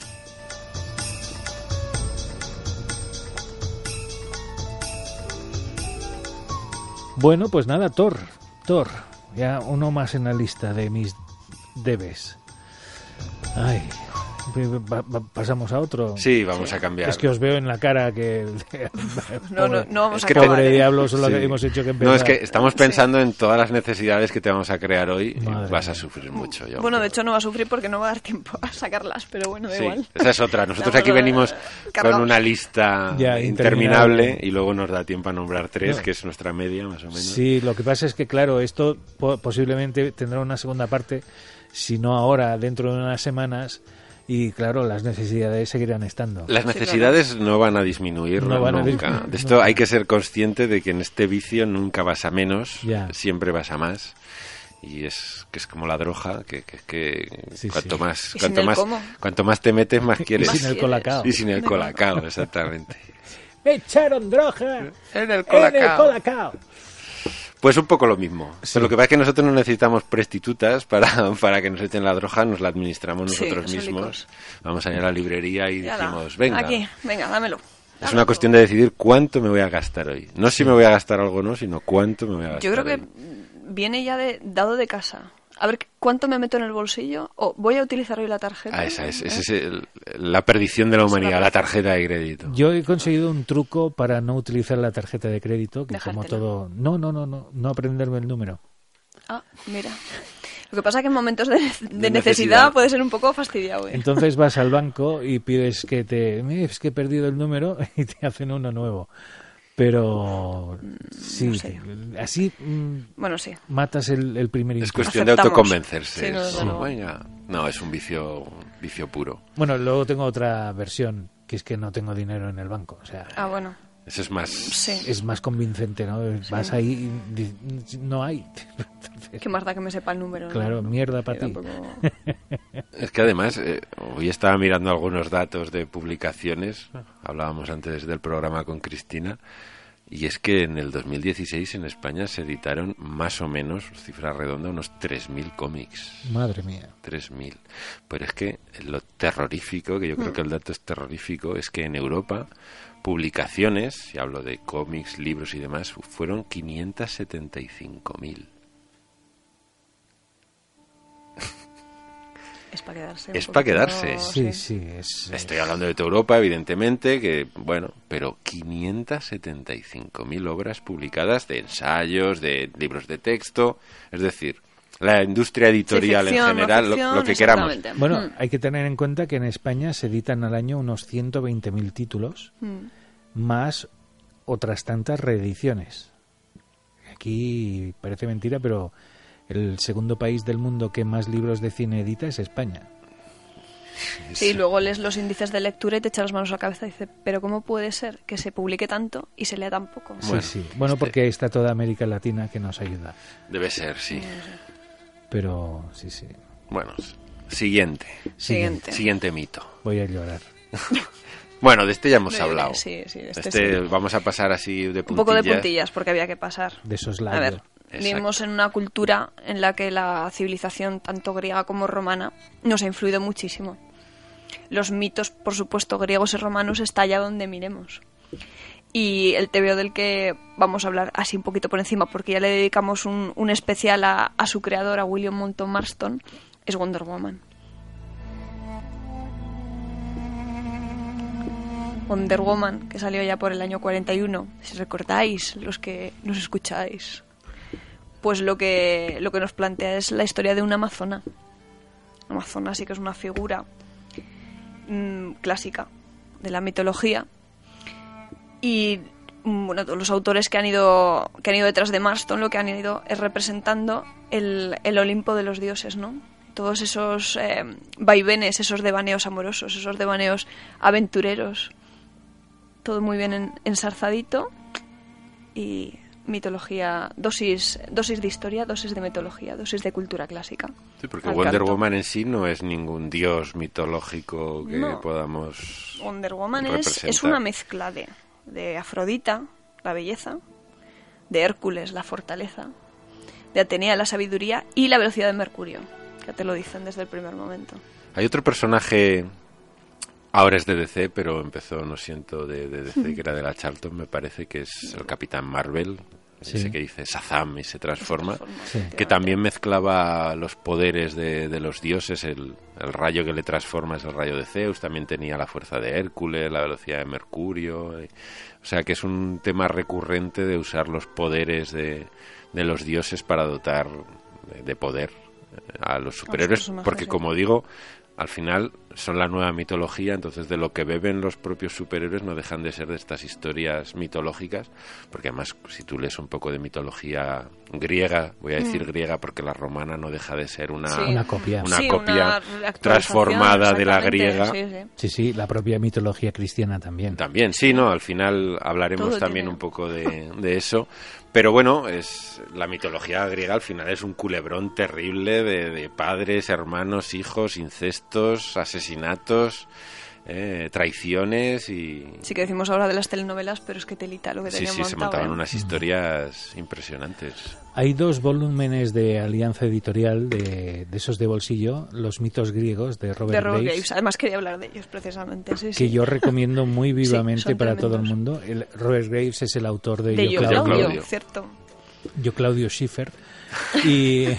Bueno, pues nada, Thor. Ya uno más en la lista de mis debes. Ay, pasamos a otro. Sí, vamos a cambiar. Es que os veo en la cara que... No vamos Es a que acabar, Pobre ¿eh? diablo, solo Sí. que hemos hecho que empezar. No, es que estamos pensando en todas las necesidades que te vamos a crear hoy y Madre vas a mía. sufrir mucho. Yo Bueno, creo. de hecho no va a sufrir porque no va a dar tiempo a sacarlas, pero bueno, da Sí, igual. esa es otra. Nosotros Vamos aquí a- venimos con cargados. una lista Ya, interminable interminable. y luego nos da tiempo a nombrar 3, No. que es nuestra media más o menos. Sí, lo que pasa es que, claro, esto posiblemente tendrá una segunda parte, si no ahora, dentro de unas semanas, y claro, las necesidades seguirán estando. Las necesidades no van a disminuir No van a nunca. disminuir, De esto nunca. hay que ser consciente de que en este vicio nunca vas a menos, Ya. siempre vas a más. Y es que es como la droga, que Sí, cuanto sí. más ¿Y sin el cómo? cuanto más te metes, más Y quieres. sin el colacao. Y sin el colacao, exactamente. ¡Me echaron droga! En el ¡En el colacao! Pues un poco lo mismo. Sí. Pero lo que pasa es que nosotros no necesitamos prostitutas para que nos echen la droga, nos la administramos Sí, nosotros los mismos. olicos. Vamos a ir a la librería y Y ala, decimos, venga. Aquí, venga, dámelo. Es una cuestión de decidir cuánto me voy a gastar hoy. No si me voy a gastar algo o no, sino cuánto me voy a gastar. Yo creo que hoy. viene ya dado de casa. A ver cuánto me meto en el bolsillo o voy a utilizar hoy la tarjeta. Esa es la perdición de la humanidad, la tarjeta de crédito. Yo he conseguido un truco para no utilizar la tarjeta de crédito, que como Dejártela. todo... No aprenderme el número. Ah, mira. Lo que pasa es que en momentos de necesidad. necesidad puede ser un poco fastidiado. Entonces vas al banco y pides es que he perdido el número y te hacen uno nuevo. Pero sí, no sé. así Bueno, sí. matas el primer Es impulso. cuestión de Aceptamos. autoconvencerse. Sí, no, Es, desde luego. venga. No, es un vicio puro. Bueno, luego tengo otra versión, que es que no tengo dinero en el banco. O sea, Ah, bueno. Eso es más... Sí. es más convincente, ¿no? Vas ahí y no hay. Entonces, Qué más da que me sepa el número. ¿no? claro, mierda para Que ti. tampoco- Es que además, hoy estaba mirando algunos datos de publicaciones, hablábamos antes del programa con Cristina, y es que en el 2016 en España se editaron más o menos, cifra redonda, unos 3.000 cómics. Madre mía. 3.000. Pero es que lo terrorífico, que yo creo que el dato es terrorífico, es que en Europa publicaciones, y hablo de cómics, libros y demás, fueron 575.000. Es para quedarse. Es un pa' poquito- quedarse. Sí, es... Estoy hablando de toda Europa, evidentemente, que bueno, pero 575.000 obras publicadas de ensayos, de libros de texto, es decir, la industria editorial Sí, ficción, en general, no ficción, lo que queramos. exactamente. Bueno, hay que tener en cuenta que en España se editan al año unos 120.000 títulos, más otras tantas reediciones. Aquí parece mentira, pero el segundo país del mundo que más libros de cine edita es España. Sí, luego lees los índices de lectura y te echas las manos a la cabeza y dices, pero ¿cómo puede ser que se publique tanto y se lea tan poco? Bueno, sí. Bueno, porque está toda América Latina que nos ayuda. Debe ser, sí. Pero sí. Bueno, siguiente Siguiente. mito. Voy a llorar. Bueno, de este ya hemos De- hablado. Sí, de Este sí. vamos a pasar así de puntillas. Un poco de puntillas, porque había que pasar. De soslayo. A ver, Exacto. vivimos en una cultura en la que la civilización, tanto griega como romana, nos ha influido muchísimo. Los mitos, por supuesto, griegos y romanos, está allá donde miremos. Y el TVO del que vamos a hablar así un poquito por encima, porque ya le dedicamos un especial a su creador, a William Moulton Marston, es Wonder Woman. Wonder Woman, que salió ya por el año 41, si recordáis, los que nos escucháis. Pues lo que nos plantea es la historia de una amazona. Amazona sí que es una figura clásica de la mitología. Y bueno, todos los autores que han ido detrás de Marston lo que han ido es representando el Olimpo de los dioses, ¿no? Todos esos vaivenes, esos devaneos amorosos, esos devaneos aventureros. Todo muy bien ensarzadito y mitología, dosis de historia, dosis de mitología, dosis de cultura clásica. Sí, porque Al Wonder canto. Woman en sí no es ningún dios mitológico que No. podamos Wonder Woman es representar. una mezcla de Afrodita, la belleza, de Hércules, la fortaleza, de Atenea, la sabiduría y la velocidad de Mercurio, que te lo dicen desde el primer momento. Hay otro personaje, ahora es de DC, pero empezó, no siento, de DC, que era de la Charlton, me parece, que es el Capitán Marvel, Sí. ese que dice Shazam y se transforma, Sí. que efectivamente. también mezclaba los poderes de los dioses, el rayo que le transforma es el rayo de Zeus, también tenía la fuerza de Hércules, la velocidad de Mercurio, o sea que es un tema recurrente de usar los poderes de los dioses para dotar de poder a los superhéroes, personajes, porque sí. como digo, al final son la nueva mitología, entonces de lo que beben los propios superhéroes no dejan de ser de estas historias mitológicas, porque además si tú lees un poco de mitología griega, voy a decir griega porque la romana no deja de ser una, Sí. Una copia. una Sí, copia una actualización, transformada de la exactamente, griega. sí. Sí, la propia mitología cristiana también. También, sí, ¿no? Al final hablaremos Todo también tiene. un poco de eso. Pero bueno, es la mitología griega al final es un culebrón terrible de padres, hermanos, hijos, incestos, asesinatos. traiciones y... Sí que decimos ahora de las telenovelas, pero es que telita lo que tenían Sí, se montaban ¿eh? unas historias impresionantes. Hay 2 volúmenes de Alianza Editorial de esos de bolsillo, Los mitos griegos, de Robert Graves. Además quería hablar de ellos precisamente. Sí, que yo recomiendo muy vivamente son para todo el tremendos. mundo. Robert Graves es el autor de Yo Claudio, cierto. Yo Claudio Schiffer. Y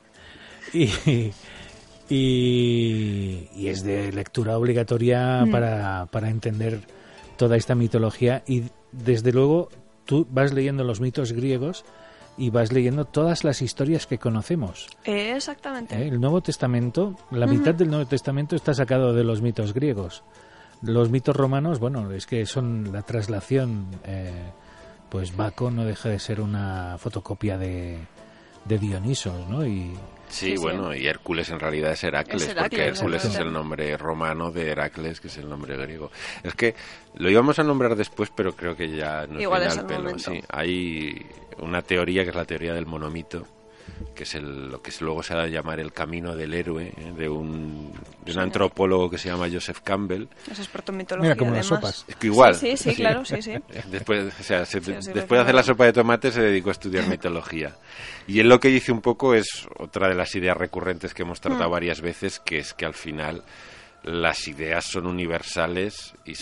es de lectura obligatoria para entender toda esta mitología, y desde luego tú vas leyendo los mitos griegos y vas leyendo todas las historias que conocemos. Exactamente. El Nuevo Testamento, la mitad del Nuevo Testamento está sacado de los mitos griegos. Los mitos romanos, bueno, es que son la traslación, pues Baco no deja de ser una fotocopia de Dionisos, ¿no? Sí, bueno, y Hércules en realidad es Heracles, porque Hércules es el nombre romano de Heracles, que es el nombre griego. Es que lo íbamos a nombrar después, pero creo que ya nos viene al pelo. Sí, hay una teoría que es la teoría del monomito, que es lo que luego se ha de llamar el camino del héroe, de un antropólogo que se llama Joseph Campbell. Es experto en mitología. Mira, como además. las sopas. Es que igual. Sí, claro, sí. Después de hacer la sopa de tomate se dedicó a estudiar mitología. Y él lo que dice un poco es otra de las ideas recurrentes que hemos tratado varias veces, que es que al final las ideas son universales y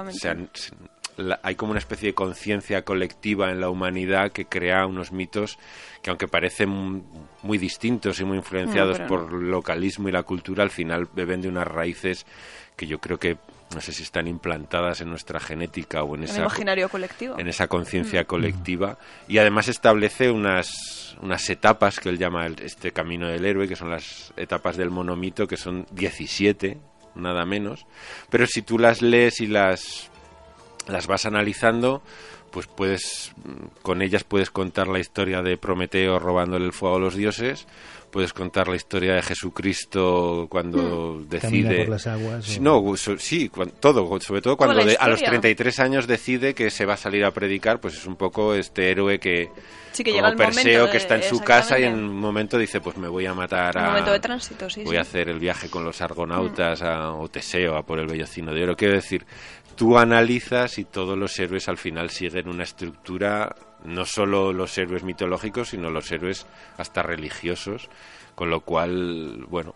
hay como una especie de conciencia colectiva en la humanidad que crea unos mitos que, aunque parecen muy distintos y muy influenciados por el localismo y la cultura, al final beben de unas raíces que yo creo que, no sé si están implantadas en nuestra genética o en ese imaginario colectivo, en esa conciencia colectiva, y además establece unas etapas que él llama este camino del héroe, que son las etapas del monomito, que son 17, nada menos, pero si tú las lees y las vas analizando, pues con ellas puedes contar la historia de Prometeo robándole el fuego a los dioses, puedes contar la historia de Jesucristo cuando decide... Camina por las aguas. Todo, sobre todo cuando a los 33 años decide que se va a salir a predicar, pues es un poco este héroe que llega como Perseo, que está en su casa y en un momento dice, pues me voy a matar un momento de tránsito, voy a hacer el viaje con los argonautas o Teseo a por el vellocino de oro. Quiero decir, tú analizas y todos los héroes al final siguen una estructura, no solo los héroes mitológicos, sino los héroes hasta religiosos, con lo cual, bueno,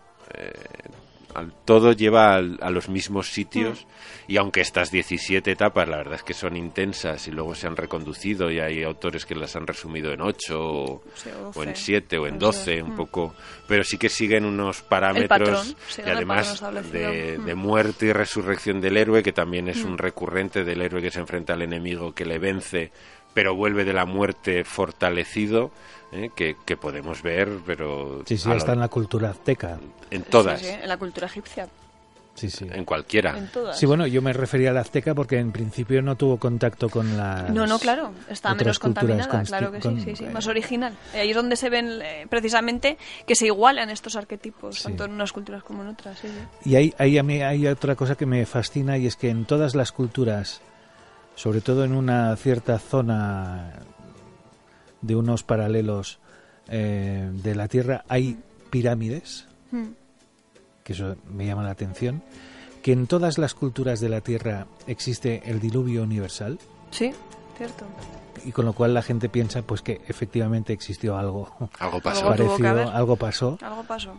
todo lleva a los mismos sitios, y aunque estas 17 etapas la verdad es que son intensas y luego se han reconducido y hay autores que las han resumido en 8 o en 7 o en 12 un poco, pero sí que siguen unos parámetros y además de muerte y resurrección del héroe, que también es un recurrente del héroe que se enfrenta al enemigo, que le vence pero vuelve de la muerte fortalecido, que podemos ver, pero... Sí, está en la cultura azteca. En todas. Sí, en la cultura egipcia. Sí. En cualquiera. En todas. Sí, bueno, yo me refería a la azteca porque en principio no tuvo contacto con la... No, claro, está menos contaminada, claro que sí, más original. Ahí es donde se ven precisamente que se igualan estos arquetipos, tanto en unas culturas como en otras. Sí. Y hay otra cosa que me fascina, y es que en todas las culturas, sobre todo en una cierta zona de unos paralelos de la Tierra, hay pirámides, que eso me llama la atención, que en todas las culturas de la Tierra existe el diluvio universal. Sí, cierto. Y con lo cual la gente piensa pues que efectivamente existió algo. Algo pasó. Parecido, algo pasó. Algo pasó.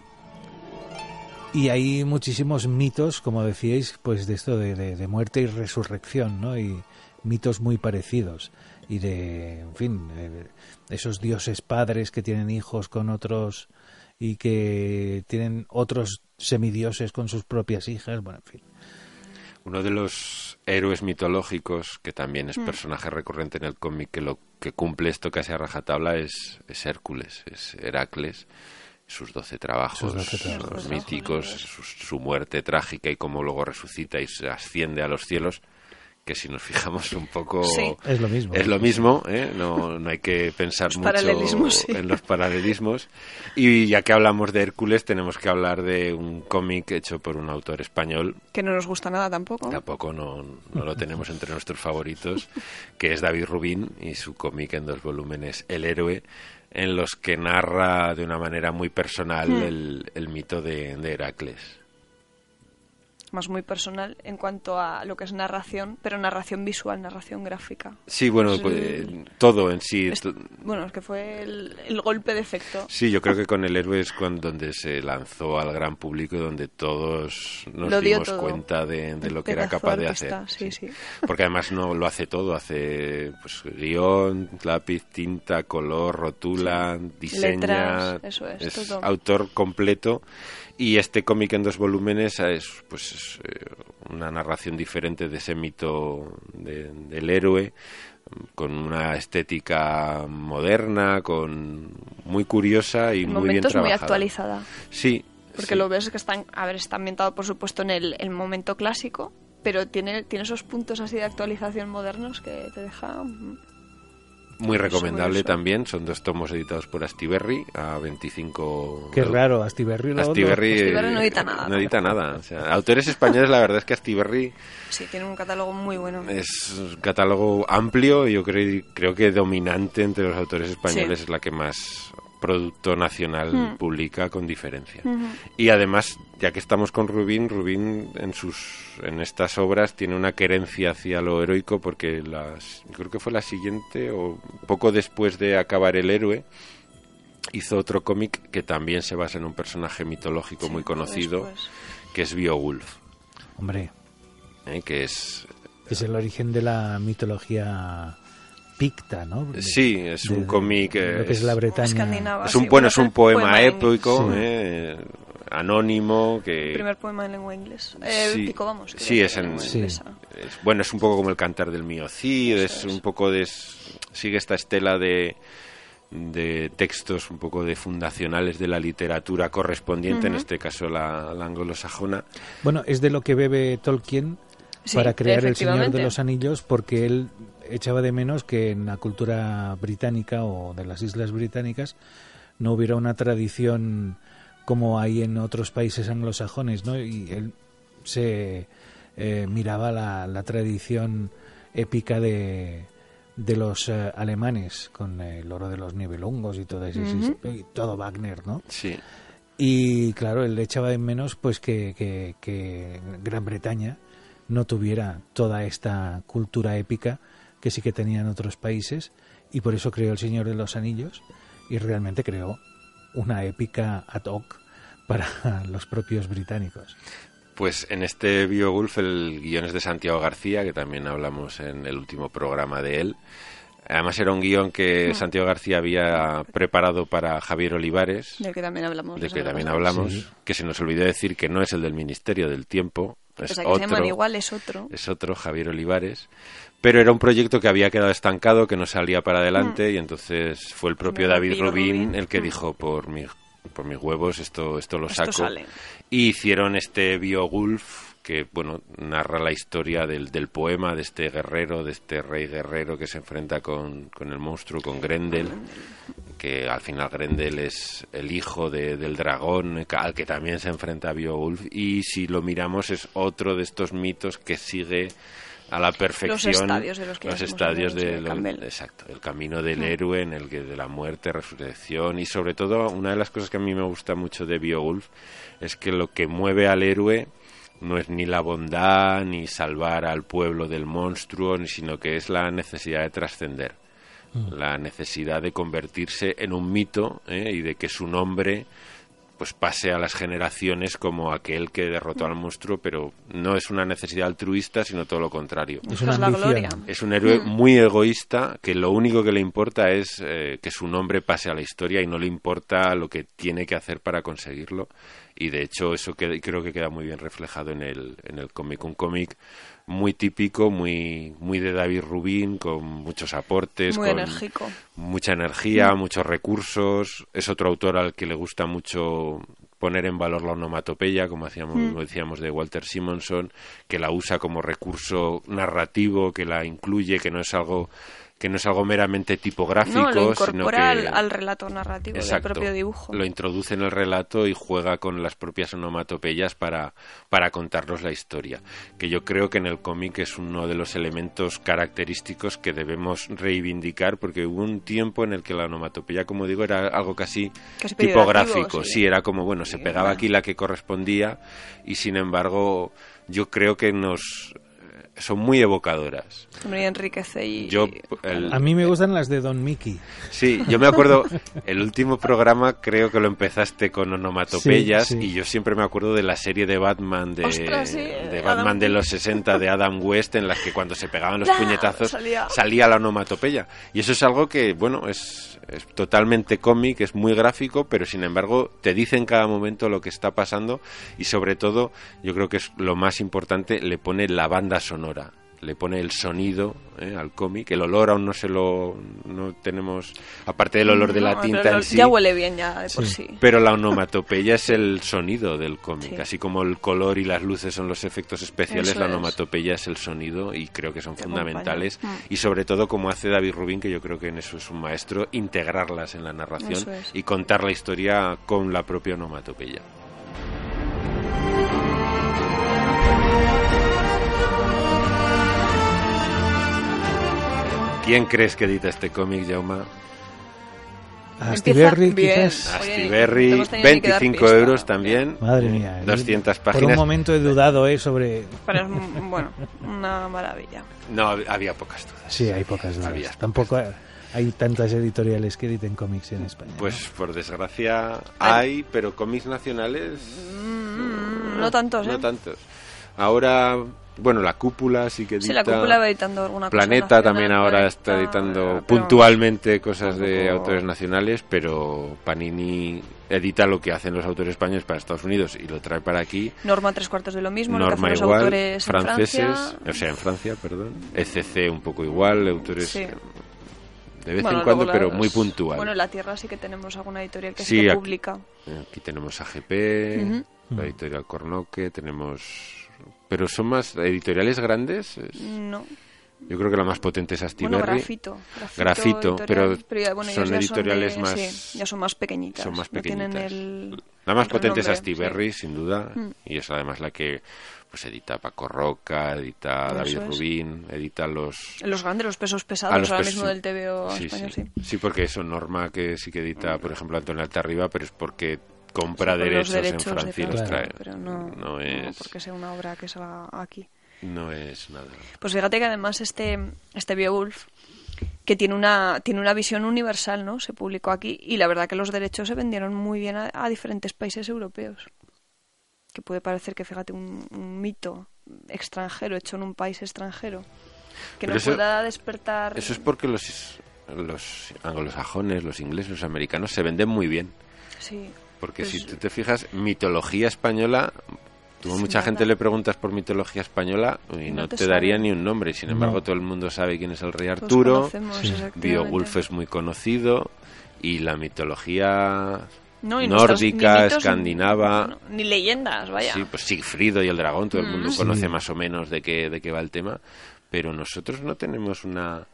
Y hay muchísimos mitos, como decíais, pues de esto de muerte y resurrección, ¿no? Y mitos muy parecidos. Y en fin, esos dioses padres que tienen hijos con otros y que tienen otros semidioses con sus propias hijas, bueno, en fin. Uno de los héroes mitológicos, que también es personaje recurrente en el cómic, que cumple esto casi a rajatabla, es Hércules, es Heracles, sus 12 trabajos, los míticos, su muerte trágica y cómo luego resucita y se asciende a los cielos, que si nos fijamos un poco es lo mismo. Es lo mismo, no hay que pensar mucho en los paralelismos. Y ya que hablamos de Hércules, tenemos que hablar de un cómic hecho por un autor español. Que no nos gusta nada tampoco. Tampoco, no lo tenemos entre nuestros favoritos, que es David Rubin y su cómic en 2 volúmenes, El héroe, en los que narra de una manera muy personal el mito de Heracles. más muy personal en cuanto a lo que es narración, pero narración visual, narración gráfica. Sí, bueno, pues, todo en sí. Bueno, es que fue el golpe de efecto. Sí, yo creo que con El héroe es donde se lanzó al gran público y donde todos nos dimos cuenta de lo que era capaz de hacer. Sí. Porque además no lo hace todo, hace pues guión, lápiz, tinta, color, rotula, diseña, letras, eso es es todo. Autor completo. Y este cómic en 2 volúmenes es una narración diferente de ese mito del héroe, con una estética moderna, muy curiosa y muy bien trabajada. Muy actualizada. Sí. Porque lo ves que está ambientado, por supuesto, en el momento clásico, pero tiene esos puntos así de actualización modernos que te deja... Muy recomendable también, son 2 tomos editados por Astiberri a 25... Qué raro, Astiberri no edita nada. No edita nada. O sea, autores españoles, la verdad es que Astiberri... Sí, tiene un catálogo muy bueno. Es un catálogo amplio y yo creo que dominante entre los autores españoles, es la que más producto nacional publica con diferencia. Y además, ya que estamos con Rubín en estas obras tiene una querencia hacia lo heroico, porque creo que fue la siguiente o poco después de acabar El héroe hizo otro cómic que también se basa en un personaje mitológico muy conocido, que es Beowulf. Hombre, que es el origen de la mitología picta, ¿no? Sí, es un cómic lo que es la Bretaña. Es un poema épico, anónimo, que el primer poema en lengua inglés. Épico, vamos. Sí, es un poco como el Cantar del Mío Cid, es un poco sigue esta estela de textos un poco de fundacionales de la literatura correspondiente, en este caso la anglosajona. Bueno, es de lo que bebe Tolkien para crear El Señor de los Anillos, porque él echaba de menos que en la cultura británica o de las Islas Británicas no hubiera una tradición como hay en otros países anglosajones, ¿no? Y él se miraba la tradición épica de los alemanes, con el Oro de los Nibelungos y todo eso, y todo Wagner, ¿no? Sí. Y claro, él echaba de menos pues que Gran Bretaña no tuviera toda esta cultura épica que sí que tenían otros países, y por eso creó El Señor de los Anillos, y realmente creó una épica ad hoc para los propios británicos. Pues en este Beowulf el guion es de Santiago García, que también hablamos en el último programa de él. Además era un guión que Santiago García había preparado para Javier Olivares, del que también hablamos, sí. Que se nos olvidó decir que no es el del Ministerio del Tiempo, es otro, Javier Olivares. Pero era un proyecto que había quedado estancado, que no salía para adelante, y entonces fue el propio David Rubin el que dijo, por mis huevos, esto lo saco. Sale. Y hicieron este Beowulf, que narra la historia del poema de este guerrero, de este rey guerrero que se enfrenta con el monstruo, con Grendel, que al final Grendel es el hijo del dragón al que también se enfrenta Beowulf, y si lo miramos es otro de estos mitos que sigue a la perfección los estadios exacto, el camino del héroe, en el que de la muerte, resurrección, y sobre todo una de las cosas que a mí me gusta mucho de Beowulf es que lo que mueve al héroe no es ni la bondad ni salvar al pueblo del monstruo, sino que es la necesidad de trascender, la necesidad de convertirse en un mito, y de que su nombre pues pase a las generaciones como aquel que derrotó al monstruo, pero no es una necesidad altruista, sino todo lo contrario. Es una gloria. Es un héroe muy egoísta, que lo único que le importa es que su nombre pase a la historia, y no le importa lo que tiene que hacer para conseguirlo. Y de hecho eso creo que queda muy bien reflejado en el cómic. Un cómic muy típico, muy de David Rubin, con muchos aportes, muy con enérgico, mucha energía, muchos recursos. Es otro autor al que le gusta mucho poner en valor la onomatopeya, como decíamos de Walter Simonson, que la usa como recurso narrativo, que la incluye, que no es algo meramente tipográfico, lo incorpora, sino que al relato narrativo, exacto, del propio dibujo. Lo introduce en el relato y juega con las propias onomatopeyas para contarnos la historia, que yo creo que en el cómic es uno de los elementos característicos que debemos reivindicar, porque hubo un tiempo en el que la onomatopeya, como digo, era algo casi tipográfico, sí, era como, se pegaba aquí la que correspondía, y sin embargo yo creo que son muy evocadoras. Muy enriquece y... A mí me gustan las de Don Mickey. Sí, yo me acuerdo, el último programa creo que lo empezaste con onomatopeyas, sí. y yo siempre me acuerdo de la serie de Batman Ostras, sí, de Batman de los 60 de Adam West, en las que cuando se pegaban los puñetazos salía la onomatopeya. Y eso es algo que, bueno, es totalmente cómic, es muy gráfico, pero sin embargo te dice en cada momento lo que está pasando, y sobre todo, yo creo que es lo más importante, le pone la banda sonora, le pone el sonido al cómic. El olor aún no tenemos, aparte del olor de la tinta en sí. Ya huele bien ya de por sí. Pero la onomatopeya es el sonido del cómic. Sí. Así como el color y las luces son los efectos especiales, Eso la es. onomatopeya es el sonido, y creo que son Te fundamentales. acompaña. Y sobre todo, como hace David Rubin, que yo creo que en eso es un maestro, integrarlas en la narración Eso es. y contar la historia con la propia onomatopeya. ¿Quién crees que edita este cómic, Jaume? Astiberri, Bien. quizás. Oye, Astiberri, no te hemos tenido ni que dar 25 pista. euros también. Madre mía. 200 Por páginas. un momento he dudado sobre... Pero es, bueno, una maravilla. No, había pocas dudas. Sí, hay pocas dudas. Había Tampoco hay tantas editoriales que editen cómics en España. Pues por desgracia hay, pero cómics nacionales No tantos, no tantos. Ahora, bueno, La Cúpula sí que edita. Sí, La Cúpula va editando alguna cosa. Planeta nacional, también ahora Planeta, está editando pero puntualmente cosas de tampoco- autores nacionales, pero Panini edita lo que hacen los autores españoles para Estados Unidos y lo trae para aquí. Norma 3/4 de lo mismo, lo que Norma hacen los igual, autores franceses, en Francia. o sea, en Francia, perdón. ECC un poco igual, autores Sí. de vez Bueno, en cuando, luego pero las- muy puntual. Bueno, en La Tierra sí que tenemos alguna editorial que Sí, sí que aquí- publica. Aquí tenemos AGP, Ujú. la editorial Cornoque, tenemos... Pero son más editoriales grandes. No. Yo creo que la más potente es Astiberri. Bueno, Grafito, editorial, pero ya, bueno, son ellos ya editoriales de- más... sí, ya son más pequeñitas. son más no tienen pequeñitas. el La más potente es renombre, Astiberri, sí. sin duda, y es además la que pues edita Paco Roca, edita Eso David es. Rubin, edita los... Los grandes, los pesos a pesados los ahora pesos, mismo sí. del TVO Sí, español, sí. sí. Sí, porque eso, Norma, que sí que edita, por ejemplo, Antonio Altarriba, pero es porque compra Sí, por los derechos en de Francia y los Francia, trae. pero no es... porque sea una obra que salga aquí. No es nada. Pues fíjate que además este Beowulf, que tiene una visión universal, ¿no? Se publicó aquí y la verdad que los derechos se vendieron muy bien a diferentes países europeos. Que puede parecer que, fíjate, un mito extranjero hecho en un país extranjero que Pero no eso- pueda despertar... Eso es porque los anglosajones, los ingleses, los americanos se venden muy bien. Sí. Porque Pues- si tú te fijas, mitología española, tú a Sí, mucha nada. gente le preguntas por mitología española y No no te te daría sabe. ni un nombre. Y sin embargo, No. todo el mundo sabe quién es el rey Todos Arturo. conocemos, exactamente. Beowulf es muy conocido. Y la mitología No, y nuestras- nórdica, ni mitos, escandinava... no, ni leyendas, vaya. Sí, pues Sigfrido y el dragón, todo el mundo Sí. conoce más o menos de qué va el tema, pero nosotros no tenemos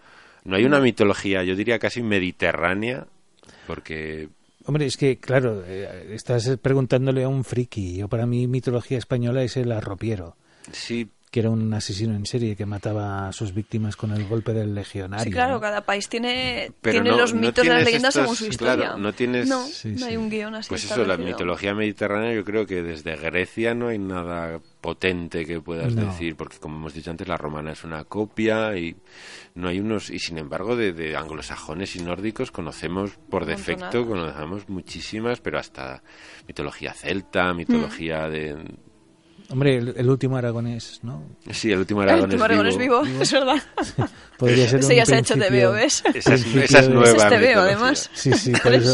no hay una mitología, yo diría casi mediterránea, porque Hombre, es que, claro, estás preguntándole a un friki. Yo, para mí, mitología española es el arropiero, sí, que era un asesino en serie que mataba a sus víctimas con el golpe del legionario. Sí, claro, ¿no? cada país tiene pero los no mitos y las tienes leyendas según estos- su historia. claro, no tienes- No, Sí, no sí. hay un guión así pues eso, la establecido. mitología mediterránea yo creo que desde Grecia no hay nada potente que puedas No. decir, porque como hemos dicho antes, la romana es una copia y no hay unos, y sin embargo de anglosajones y nórdicos conocemos por Un defecto, montonazo. conocemos muchísimas, pero hasta mitología celta, mitología de... Hombre, el último aragonés, ¿no? Sí, el último El Aragón último Aragón es vivo, es verdad. Podría ser Ese un ya se ha hecho principio- TVO, ¿ves? Esa es principio nueva. de- Ese es TVO, mitología. además. Sí, sí,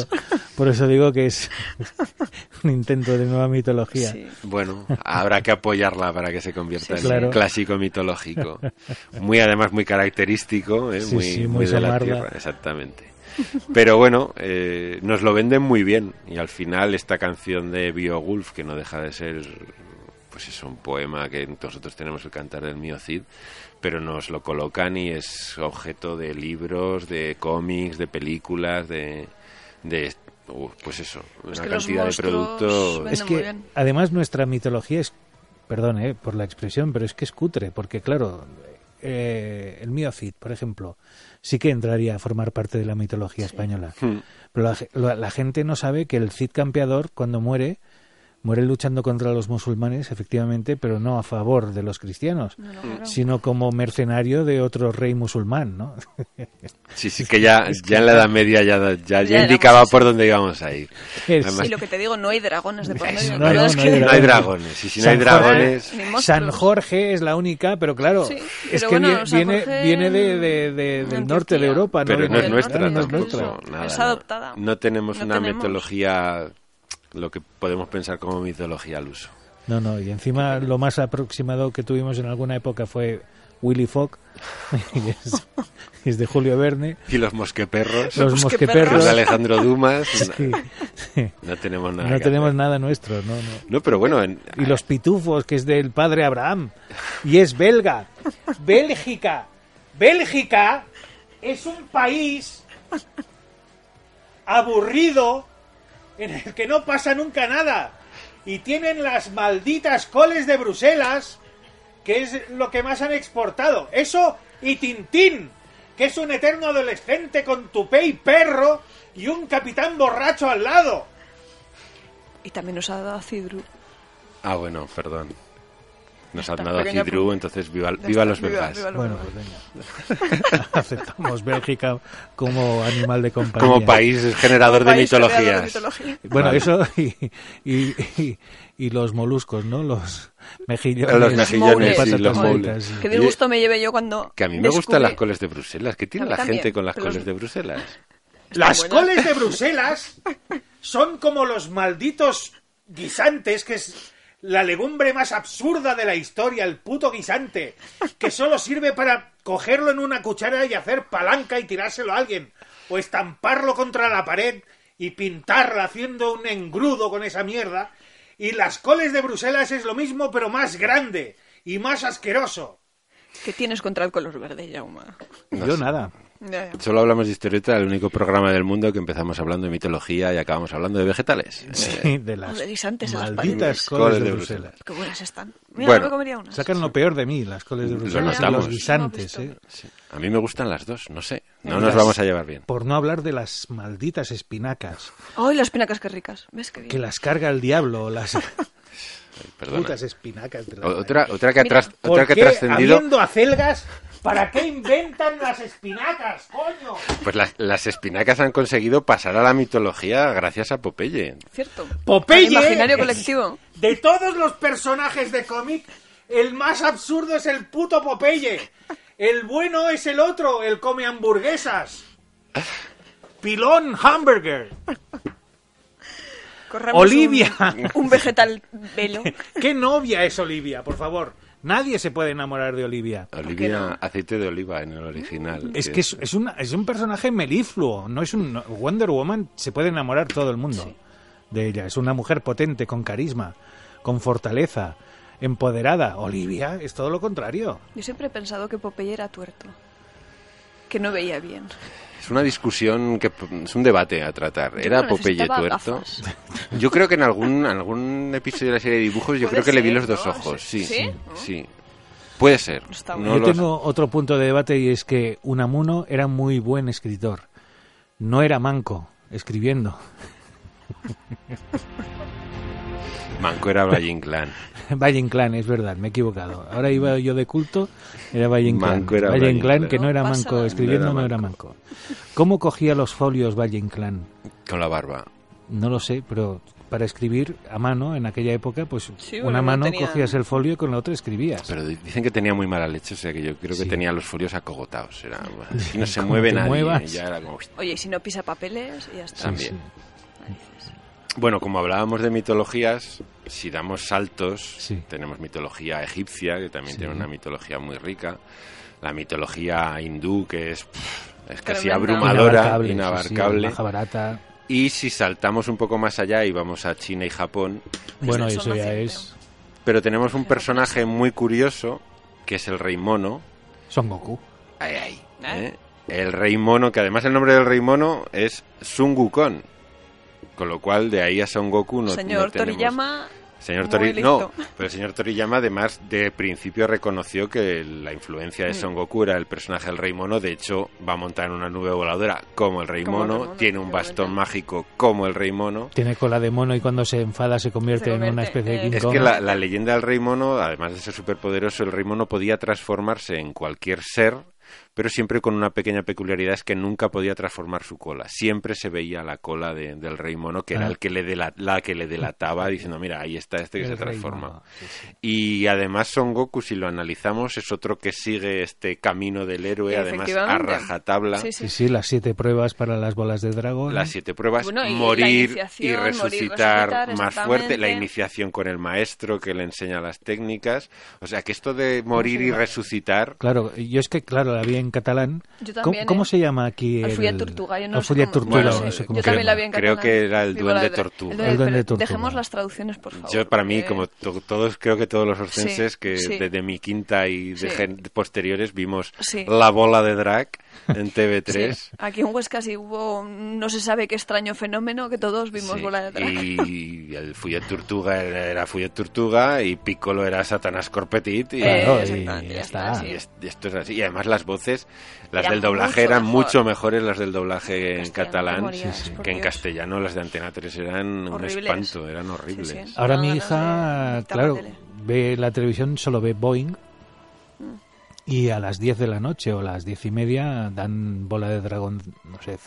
por eso digo que es un intento de nueva mitología. Sí. Bueno, habrá que apoyarla para que se convierta Sí, en claro. un clásico mitológico. Además, muy característico, Sí, muy, sí, muy muy de la Samarda. tierra, exactamente. Pero bueno, nos lo venden muy bien. Y al final, esta canción de Beowulf, que no deja de ser, pues es un poema que nosotros tenemos, el Cantar del Mío Cid, pero nos lo colocan y es objeto de libros, de cómics, de películas, pues eso, Es una que los cantidad de monstruos productos. venden Es muy que bien. además nuestra mitología es, perdón por la expresión, pero es que es cutre, porque claro, el mío Cid, por ejemplo, sí que entraría a formar parte de la mitología española. Hmm. Pero la gente no sabe que el Cid campeador, cuando muere, Muere luchando contra los musulmanes, efectivamente, pero no a favor de los cristianos, No, claro. sino como mercenario de otro rey musulmán, ¿no? Sí, que ya en la Edad Media ya Ya indicaba éramos por así. dónde íbamos a ir. Y lo que te digo, no hay dragones de por medio. No, La verdad no, es no que hay No hay dragones, y si no hay San dragones... Ni monstruos. San Jorge es la única, pero claro, Sí, es pero que bueno, San viene Jorge del en norte de Antioquía. Europa, Pero de no es del nuestra norte, no es tampoco, nuestra. nada, Es no. adoptada. No tenemos No una tenemos. mitología, lo que podemos pensar como mitología al uso. No, y encima lo más aproximado que tuvimos en alguna época fue Willy Fogg, y es de Julio Verne, Y los mosqueperros, los Mosqueperros. mosqueperros. de Alejandro Dumas, Sí. no tenemos nada. No que tenemos hacer. nada nuestro, no. No, pero bueno, Y los pitufos, que es del padre Abraham, y es belga. Bélgica. Bélgica es un país aburrido en el que no pasa nunca nada. Y tienen las malditas coles de Bruselas, que es lo que más han exportado. Eso y Tintín, que es un eterno adolescente con tupé y perro y un capitán borracho al lado. Y también nos ha dado a Cidru. bueno, perdón. Nos han Está, dado a pequeña Cidru, pu- entonces viva está, los viva- belgas. viva los Bueno, belgas. pues venga. Aceptamos Bélgica como animal de compañía. Como país generador de País creador de mitologías. mitología. Bueno, Vale. eso y los moluscos, ¿no? Los mejillones. Los mejillones y patatas los fritas, moules. sí. Qué disgusto me llevé yo cuando Que a mí me gustan descubrí- las coles de Bruselas. ¿Qué tiene A mí la también, gente con las pero coles los- de Bruselas? Las buenas. coles de Bruselas son como los malditos guisantes, que es la legumbre más absurda de la historia, el puto guisante, que solo sirve para cogerlo en una cuchara y hacer palanca y tirárselo a alguien, o estamparlo contra la pared y pintarla haciendo un engrudo con esa mierda. Y las coles de Bruselas es lo mismo, pero más grande y más asqueroso. ¿Qué tienes contra el color verde, Jaume? Yo nada. Ya. Solo hablamos de historieta, el único programa del mundo que empezamos hablando de mitología y acabamos hablando de vegetales. Sí, de las de guisantes en las malditas paredes. coles de Bruselas. Qué buenas están. Mira, Bueno, me comería unas. Sacan lo peor de mí, las coles de Lo Bruselas y notamos. los guisantes, No he visto. Sí. A mí me gustan las dos, no sé. No Y nos las- vamos a llevar bien. Por no hablar de las malditas espinacas, ¡Ay, las espinacas qué ricas! ¿Ves qué bien? que las carga el diablo, las Perdona. putas espinacas de la Otra que Mira, ha otra que ha trascendido, habiendo acelgas, ¿para qué inventan las espinacas, coño? pues las espinacas han conseguido pasar a la mitología gracias a Popeye. Cierto. Popeye El imaginario es- colectivo. De todos los personajes de cómic, el más absurdo es el puto Popeye. El bueno es el otro, el come hamburguesas. Pilón Hamburger. Corramos Olivia. Un vegetal velo. ¿Qué novia es Olivia, por favor? Nadie se puede enamorar de Olivia. Olivia, aceite de oliva en el original. Es que es un personaje melifluo, no es un Wonder Woman, se puede enamorar todo el mundo de ella. Es una mujer potente, con carisma, con fortaleza, empoderada. Olivia es todo lo contrario. Yo siempre he pensado que Popeye era tuerto. Que no veía bien. Es una discusión que es un debate a tratar. Yo ¿Era no Popeye necesitaba tuerto? gafas. Yo creo que en algún episodio de la serie de dibujos yo Puede creo que le vi ser, los dos ¿no? ojos. Sí, ¿Sí? sí. Puede ser. Está No bueno. Yo lo tengo otro punto de debate y es que Unamuno era muy buen escritor. No era manco escribiendo. Manco era Valle Inclán. Valle Inclán, es verdad, me he equivocado. Ahora iba yo de culto, era Valle Inclán. Manco era Valle Valle Inclán, Inclán. que no era No pasa manco nada. escribiendo, no era manco. ¿Cómo cogía los folios Valle Inclán? Con la barba. No lo sé, pero para escribir a mano en aquella época, pues Sí, una bueno, mano tenía- cogías el folio y con la otra escribías. Pero dicen que tenía muy mala leche, o sea que yo creo que Sí. tenía los folios acogotados. Era, si no se Como mueve te nadie, muevas. ya era como... Oye, y si no pisa papeles, y ya está. También. Narices. Bueno, como hablábamos de mitologías, si damos saltos, Sí. tenemos mitología egipcia, que también Sí. tiene una mitología muy rica. La mitología hindú, que es casi Tremenda. abrumadora, sí, inabarcable. sí, Mahabharata. Y si saltamos un poco más allá y vamos a China y Japón, Bueno, Eso eso no ya siempre. es pero tenemos un personaje muy curioso, que es el Rey Mono. Son Goku. El Rey Mono, que además el nombre del Rey Mono es Sun Wukong. Con lo cual, de ahí a Son Goku no Señor no tenemos... Toriyama, Señor Muy no, listo. pero el señor Toriyama además de principio reconoció que la influencia de Son Goku era el personaje del Rey Mono. De hecho, va a montar en una nube voladora como el Rey Como el Mono, Rey Mono, tiene un bastón mágico como el Rey Mono. Tiene cola de mono y cuando se enfada se convierte en una especie de King Es Kong. que la leyenda del Rey Mono, además de ser superpoderoso, el Rey Mono podía transformarse en cualquier ser, pero siempre con una pequeña peculiaridad, es que nunca podía transformar su cola. Siempre se veía la cola del Rey Mono, que era el que la que le delataba, diciendo, mira, ahí está este que El se Rey transforma. Mono, sí, sí. Y además Son Goku, si lo analizamos, es otro que sigue este camino del héroe, además a Efectivamente. rajatabla. Sí, Sí, sí, las 7 pruebas para las bolas de dragón. Las 7 pruebas, Bueno, y la morir y iniciación, resucitar morir, más fuerte, la exactamente. iniciación con el maestro que le enseña las técnicas. O sea, que esto de morir y resucitar... Claro, yo es que, claro, la vi en catalán. Yo también, ¿Cómo ¿eh? se llama aquí? El Fulla Tortuga, yo no el sé Fulla cómo- Tortuga, Bueno, no sé cómo yo se también llama. la vi en Creo catalán. que era el Digo, Duende la- Tortuga. el El Duende pero Tortuga. Dejemos las traducciones, por favor. Yo, para mí, porque- como todos, creo que todos los orcenses, Sí, que sí. desde mi quinta y de Sí. posteriores vimos Sí. La Bola de Drag en TV3. Sí. Aquí en Huesca sí hubo, no se sabe qué extraño fenómeno, que todos vimos Sí, bola de drag. y el Fulla Tortuga era Fulla Tortuga y Piccolo era Satanás Corpetit. Y, Claro, y exactamente, ya está. sí. y esto es así. Y además las voces, las Eran del doblaje mucho eran mejor. mucho mejores, las del doblaje en castellano, catalán, te morías, por que en Dios. castellano las de Antena 3 eran un Horribles. espanto, eran horribles. Sí, sí. Ahora No, mi ganas hija, de quitar la claro, tele. ve la televisión, solo ve Boeing. Y a las 10 de la noche o las 10:30 dan bola de dragón, no sé,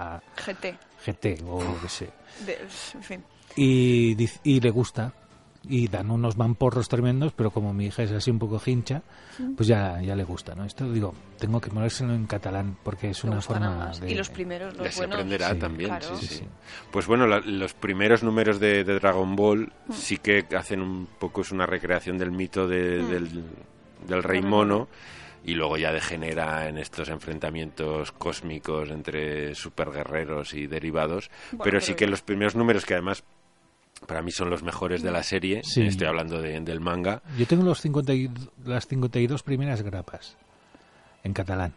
GT o lo que sé. En fin. Y le gusta. Y dan unos mamporros tremendos, pero como mi hija es así un poco hincha, pues ya le gusta, ¿no? Esto, digo, tengo que ponérselo en catalán porque es Me una gustará forma más. de... Y los primeros, Ya los se buenos. aprenderá Sí, también, claro. sí, sí. Sí. Pues bueno, los primeros números de Dragon Ball sí que hacen un poco, es una recreación del mito del Rey Mono, y luego ya degenera en estos enfrentamientos cósmicos entre superguerreros y derivados, Bueno, pero sí pero que ya. los primeros números, que además para mí son los mejores de la serie, Sí. estoy hablando del manga, Yo tengo las 52 primeras grapas en catalán.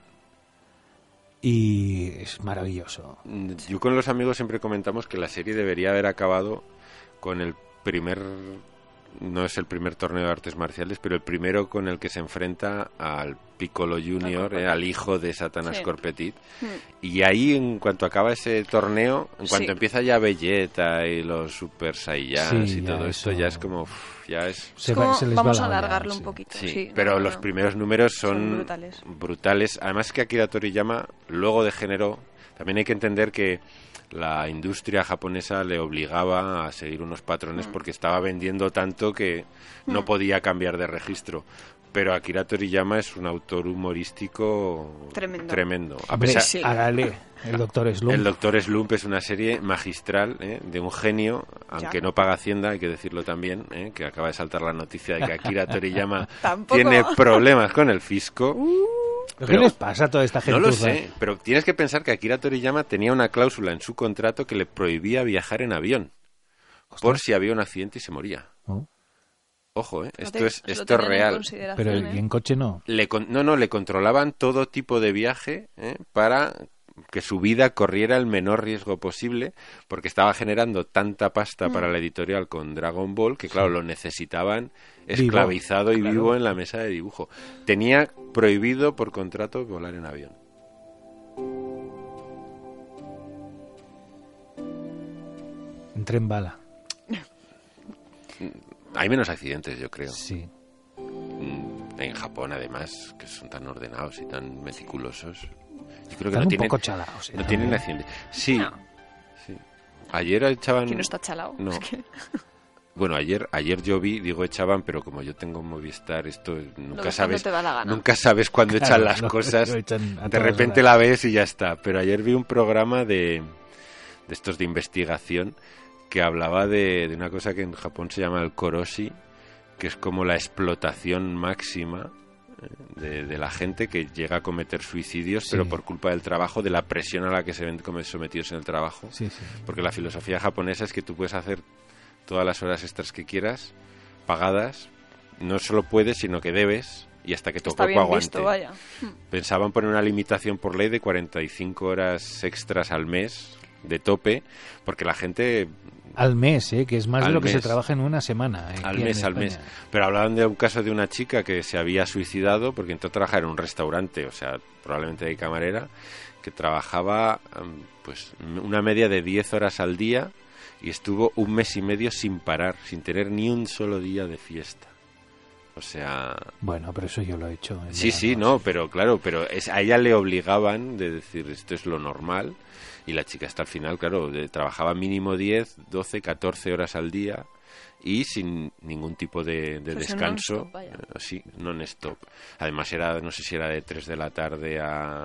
Y es maravilloso. yo con los amigos siempre comentamos que la serie debería haber acabado con el primer, no es el primer torneo de artes marciales, pero el primero con el que se enfrenta al Piccolo Junior, al hijo de Satanás Sí. Corpetit. Y ahí, en cuanto acaba ese torneo, en cuanto Sí. empieza ya Vegeta y los Super Saiyans Sí, y ya todo esto, eso- ya es como, ya es... Se Es como, va- se les vamos va a la olla, alargarlo sí. un poquito. Sí, Sí, pero no, los no. primeros números son brutales. brutales. Además que Akira Toriyama luego degeneró. También hay que entender que la industria japonesa le obligaba a seguir unos patrones porque estaba vendiendo tanto que no podía cambiar de registro. Pero Akira Toriyama es un autor humorístico Tremendo. A Hombre, pesar, sí. hágale, el Doctor Slump. el Doctor Slump es una serie magistral, de un genio, aunque Ya. no paga Hacienda, hay que decirlo también, que acaba de saltar la noticia de que Akira Toriyama Tampoco. tiene problemas con el fisco. ¿Qué pero- les pasa a toda esta gente? No lo sé, pero tienes que pensar que Akira Toriyama tenía una cláusula en su contrato que le prohibía viajar en avión por si había un accidente y se moría. Oh, Ojo, Lo esto te- es lo esto es tenían en real. consideración, pero ¿eh? ¿y en coche no? Le controlaban todo tipo de viaje para que su vida corriera el menor riesgo posible, porque estaba generando tanta pasta para la editorial con Dragon Ball que, claro, lo necesitaban esclavizado y claro. vivo en la mesa de dibujo. Tenía prohibido por contrato volar en avión. Entré en bala. Hay menos accidentes, yo creo. Sí. En Japón, además, que son tan ordenados y tan meticulosos. Yo creo que Están no un tienen, poco chalados. no tienen accidentes. Sí, No. sí. Ayer echaban... ¿Quién no está chalado? No. Es que Bueno, ayer yo vi, digo echaban, pero como yo tengo Movistar, esto nunca ves sabes, cuando te da la gana. nunca sabes cuándo Claro, echan las lo- cosas. lo echan a De todas repente horas. la ves y ya está. Pero ayer vi un programa de estos de investigación que hablaba de una cosa que en Japón se llama el koroshi, que es como la explotación máxima de la gente que llega a cometer suicidios, Sí. pero por culpa del trabajo, de la presión a la que se ven como sometidos en el trabajo. Sí, sí. Porque la filosofía japonesa es que tú puedes hacer todas las horas extras que quieras, pagadas, no solo puedes, sino que debes, y hasta que tu está cuerpo bien aguante. visto, vaya. Pensaban poner una limitación por ley de 45 horas extras al mes, de tope, porque la gente Al mes, que es más de lo que se mes. trabaja en una semana. Al mes. Pero hablaban de un caso de una chica que se había suicidado porque entró a trabajar en un restaurante, o sea, probablemente de camarera, que trabajaba pues una media de 10 horas al día y estuvo un mes y medio sin parar, sin tener ni un solo día de fiesta. O sea... Bueno, pero eso yo lo he hecho. Sí, no, pero claro, a ella le obligaban de decir esto es lo normal y la chica hasta el final, claro, trabajaba mínimo 10, 12, 14 horas al día y sin ningún tipo de descanso. Sí, non-stop. Además no sé si era de 3 de la tarde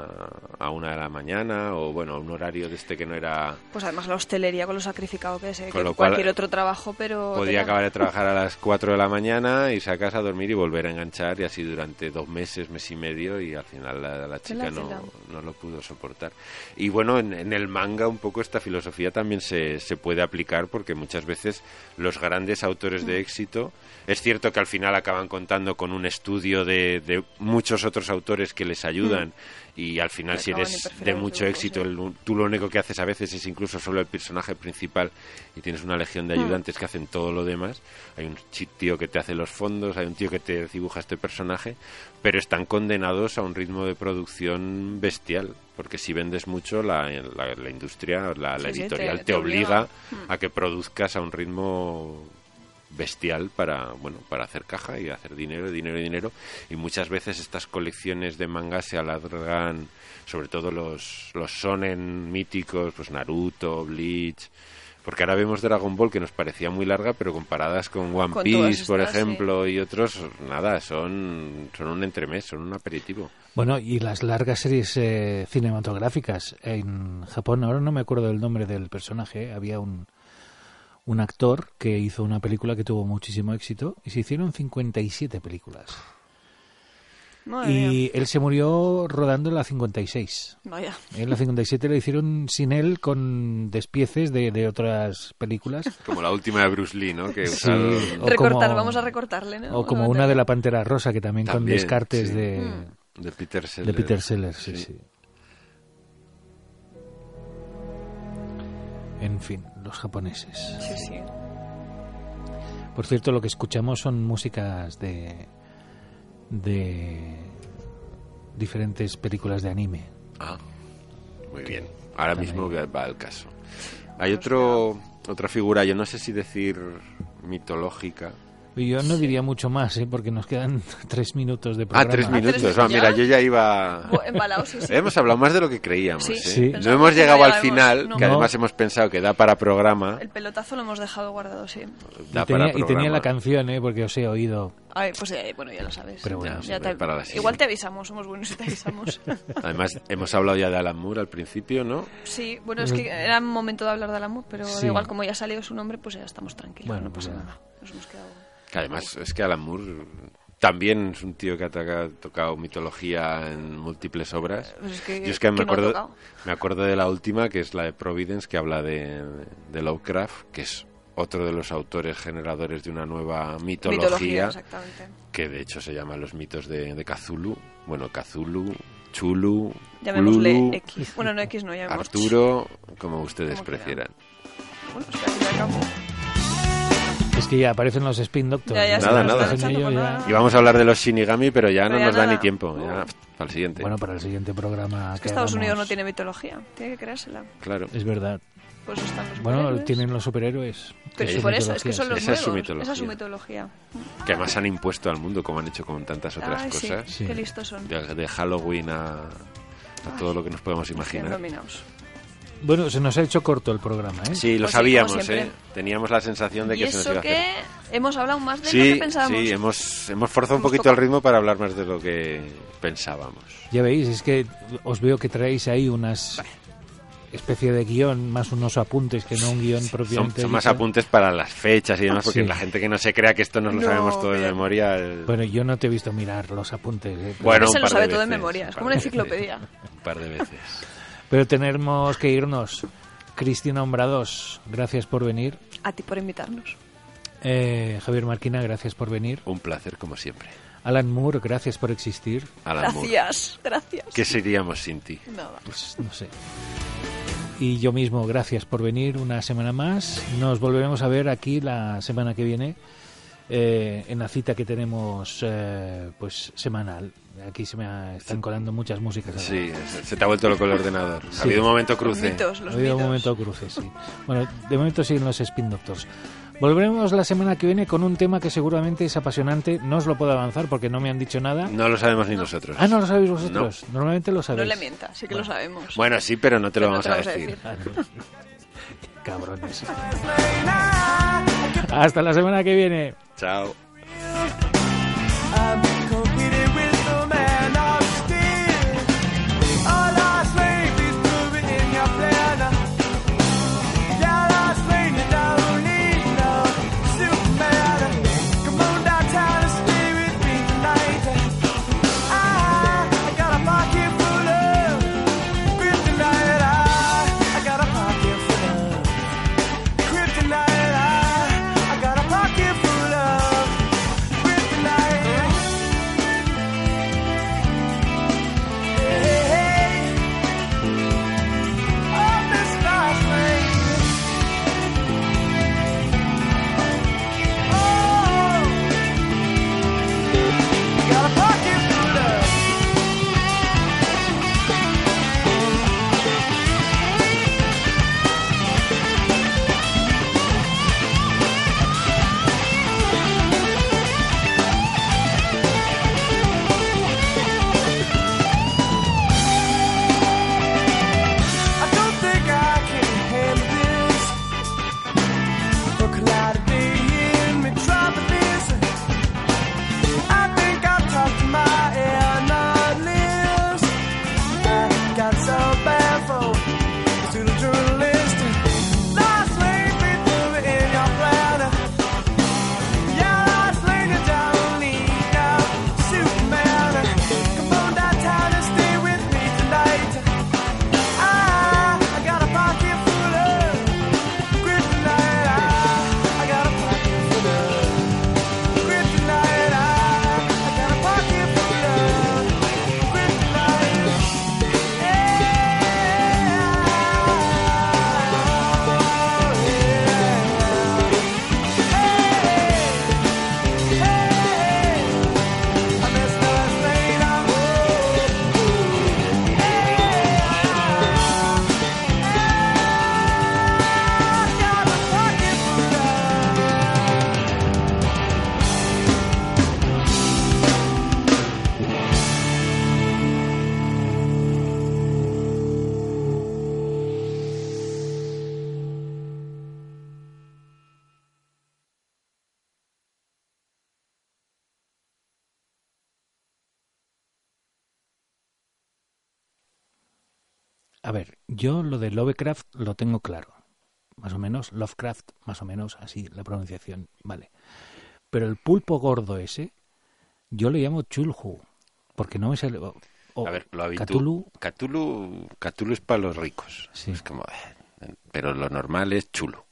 a 1 de la mañana o bueno, un horario de que no era... Pues además la hostelería con lo sacrificado que es, que Con lo cualquier cual, otro trabajo, pero... Podía acabar de trabajar a las 4 de la mañana, irse a casa a dormir y volver a enganchar y así durante 2 meses, mes y medio y al final la chica no lo pudo soportar. Y bueno, en el manga un poco esta filosofía también se puede aplicar porque muchas veces los grandes autores de éxito, es cierto que al final acaban contando con un estudio de muchos otros autores que les ayudan y al final si eres de mucho éxito tú lo único que haces a veces es incluso solo el personaje principal y tienes una legión de ayudantes que hacen todo lo demás. Hay un tío que te hace los fondos, hay un tío que te dibuja este personaje, pero están condenados a un ritmo de producción bestial porque si vendes mucho la industria, la editorial te obliga a que produzcas a un ritmo bestial para hacer caja y hacer dinero y muchas veces estas colecciones de manga se alargan, sobre todo los shonen míticos, pues Naruto, Bleach, porque ahora vemos Dragon Ball que nos parecía muy larga pero comparadas con One Piece por ejemplo y otros, nada, son un entremés, son un aperitivo. Bueno, y las largas series cinematográficas en Japón, ahora no me acuerdo del nombre del personaje, había un actor que hizo una película que tuvo muchísimo éxito y se hicieron 57 películas. Madre y mía. él se murió rodando la 56. Vaya. En la 57 la hicieron sin él con despieces de otras películas. Como la última de Bruce Lee, ¿no? Que Sí, Vamos a recortarle, ¿no? O como una de la Pantera Rosa, que también con descartes sí. de Peter Sellers. De Peter Sellers, sí. En fin, los japoneses. Sí. Por cierto, lo que escuchamos son músicas de diferentes películas de anime. Ah, muy bien. Ahora mismo va al caso. Hay otra figura, yo no sé si decir mitológica. Yo no diría mucho más, porque nos quedan 3 minutos de programa. 3 minutos. Mira, yo ya iba... Embalado, sí. Hemos hablado más de lo que creíamos. Sí. No hemos llegado al final, que además hemos pensado que da para programa. El pelotazo lo hemos dejado guardado, sí. Y tenía la canción, porque os he oído. Ay, pues bueno, ya lo sabes. Pero bueno, igual te avisamos, somos buenos si te avisamos. Además, hemos hablado ya de Alan Moore al principio, ¿no? Sí, bueno, es que era un momento de hablar de Alan Moore, pero igual como ya ha salido su nombre, pues ya estamos tranquilos, bueno, no pasa nada. Nos hemos quedado... Además, es que Alan Moore también es un tío que ha tocado mitología en múltiples obras. Pues yo es que me acuerdo de la última, que es la de Providence, que habla de Lovecraft, que es otro de los autores generadores de una nueva mitología exactamente. Que de hecho se llama Los mitos de Cthulhu. Bueno, Cthulhu, Chulu, llamémosle Lulu, X. Bueno, no X, no, llamemos Arturo, como ustedes prefieran. Bueno, es que al fin y al cabo... Es que ya aparecen los Spin Doctors. Nada. Y vamos a hablar de los Shinigami, pero ya no nos da ni tiempo. Ya, para el siguiente. Bueno, para el siguiente programa. Es que Estados Unidos no tiene mitología. Tiene que creársela. Claro. Es verdad. Pues están los bueno, tienen los superhéroes. Pero por eso, es que son los esa nuevos. Esa es su mitología. Que además han impuesto al mundo, como han hecho con tantas otras cosas. Sí. Qué listos son. De Halloween a todo lo que nos podemos imaginar. Dominados. Bueno, se nos ha hecho corto el programa, ¿eh? Sí, lo sabíamos, Teníamos la sensación de que se nos iba a hacer. Y eso que hemos hablado más de lo que pensábamos. Sí, hemos forzado un poquito el ritmo para hablar más de lo que pensábamos. Ya veis, es que os veo que traéis ahí unas especie de guión, más unos apuntes que no un guión propiamente. Son más apuntes para las fechas y demás, porque la gente que no se crea que esto nos lo sabemos todo de memoria... Bueno, yo no te he visto mirar los apuntes. Bueno, se lo sabe todo de memoria, es como una enciclopedia. Un par de veces. Pero tenemos que irnos. Cristina Hombrados, gracias por venir. A ti por invitarnos. Javier Marquina, gracias por venir. Un placer, como siempre. Alan Moore, gracias por existir. Gracias. ¿Qué seríamos sin ti? Nada. Pues no sé. Y yo mismo, gracias por venir una semana más. Nos volveremos a ver aquí la semana que viene en la cita que tenemos pues semanal. Aquí se me están colando muchas músicas. Sí, se te ha vuelto loco el ordenador. Sí. Ha habido un momento cruce. Ha habido un momento cruce, sí. Bueno, de momento siguen los Spin Doctors. Volveremos la semana que viene con un tema que seguramente es apasionante. No os lo puedo avanzar porque no me han dicho nada. No lo sabemos ni nosotros. Ah, ¿no lo sabéis vosotros? No. Normalmente lo sabéis. No le mientas, sí que lo sabemos. Bueno, sí, pero no te lo vamos a decir. Cabrones. Hasta la semana que viene. Chao. A ver, yo lo de Lovecraft lo tengo claro. Más o menos, Lovecraft, más o menos, así la pronunciación, vale. Pero el pulpo gordo ese, yo le llamo Chulhu, porque no me sale... a ver, lo habitual. Cthulhu es para los ricos. Sí. Es como... pero lo normal es Chulu.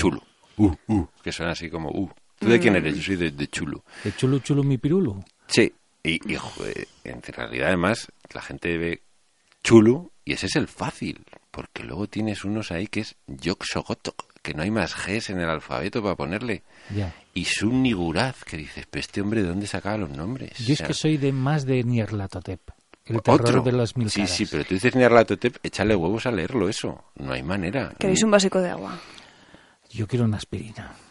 Que suena así como... ¿Tú de quién eres? Yo soy de Chulu. ¿De Chulu mi pirulu? Sí, y joder, en realidad además la gente ve Chulu y ese es el fácil, porque luego tienes unos ahí que es Yog-Sothoth, que no hay más Gs en el alfabeto para ponerle. Ya. Y Sun-Niguraz, que dices, pero este hombre, ¿de dónde sacaba los nombres? Yo es que soy más de Nyarlathotep, el terror de las mil caras. Sí, pero tú dices Nyarlathotep, échale huevos a leerlo eso, no hay manera. ¿Queréis un básico de agua? Yo quiero una aspirina.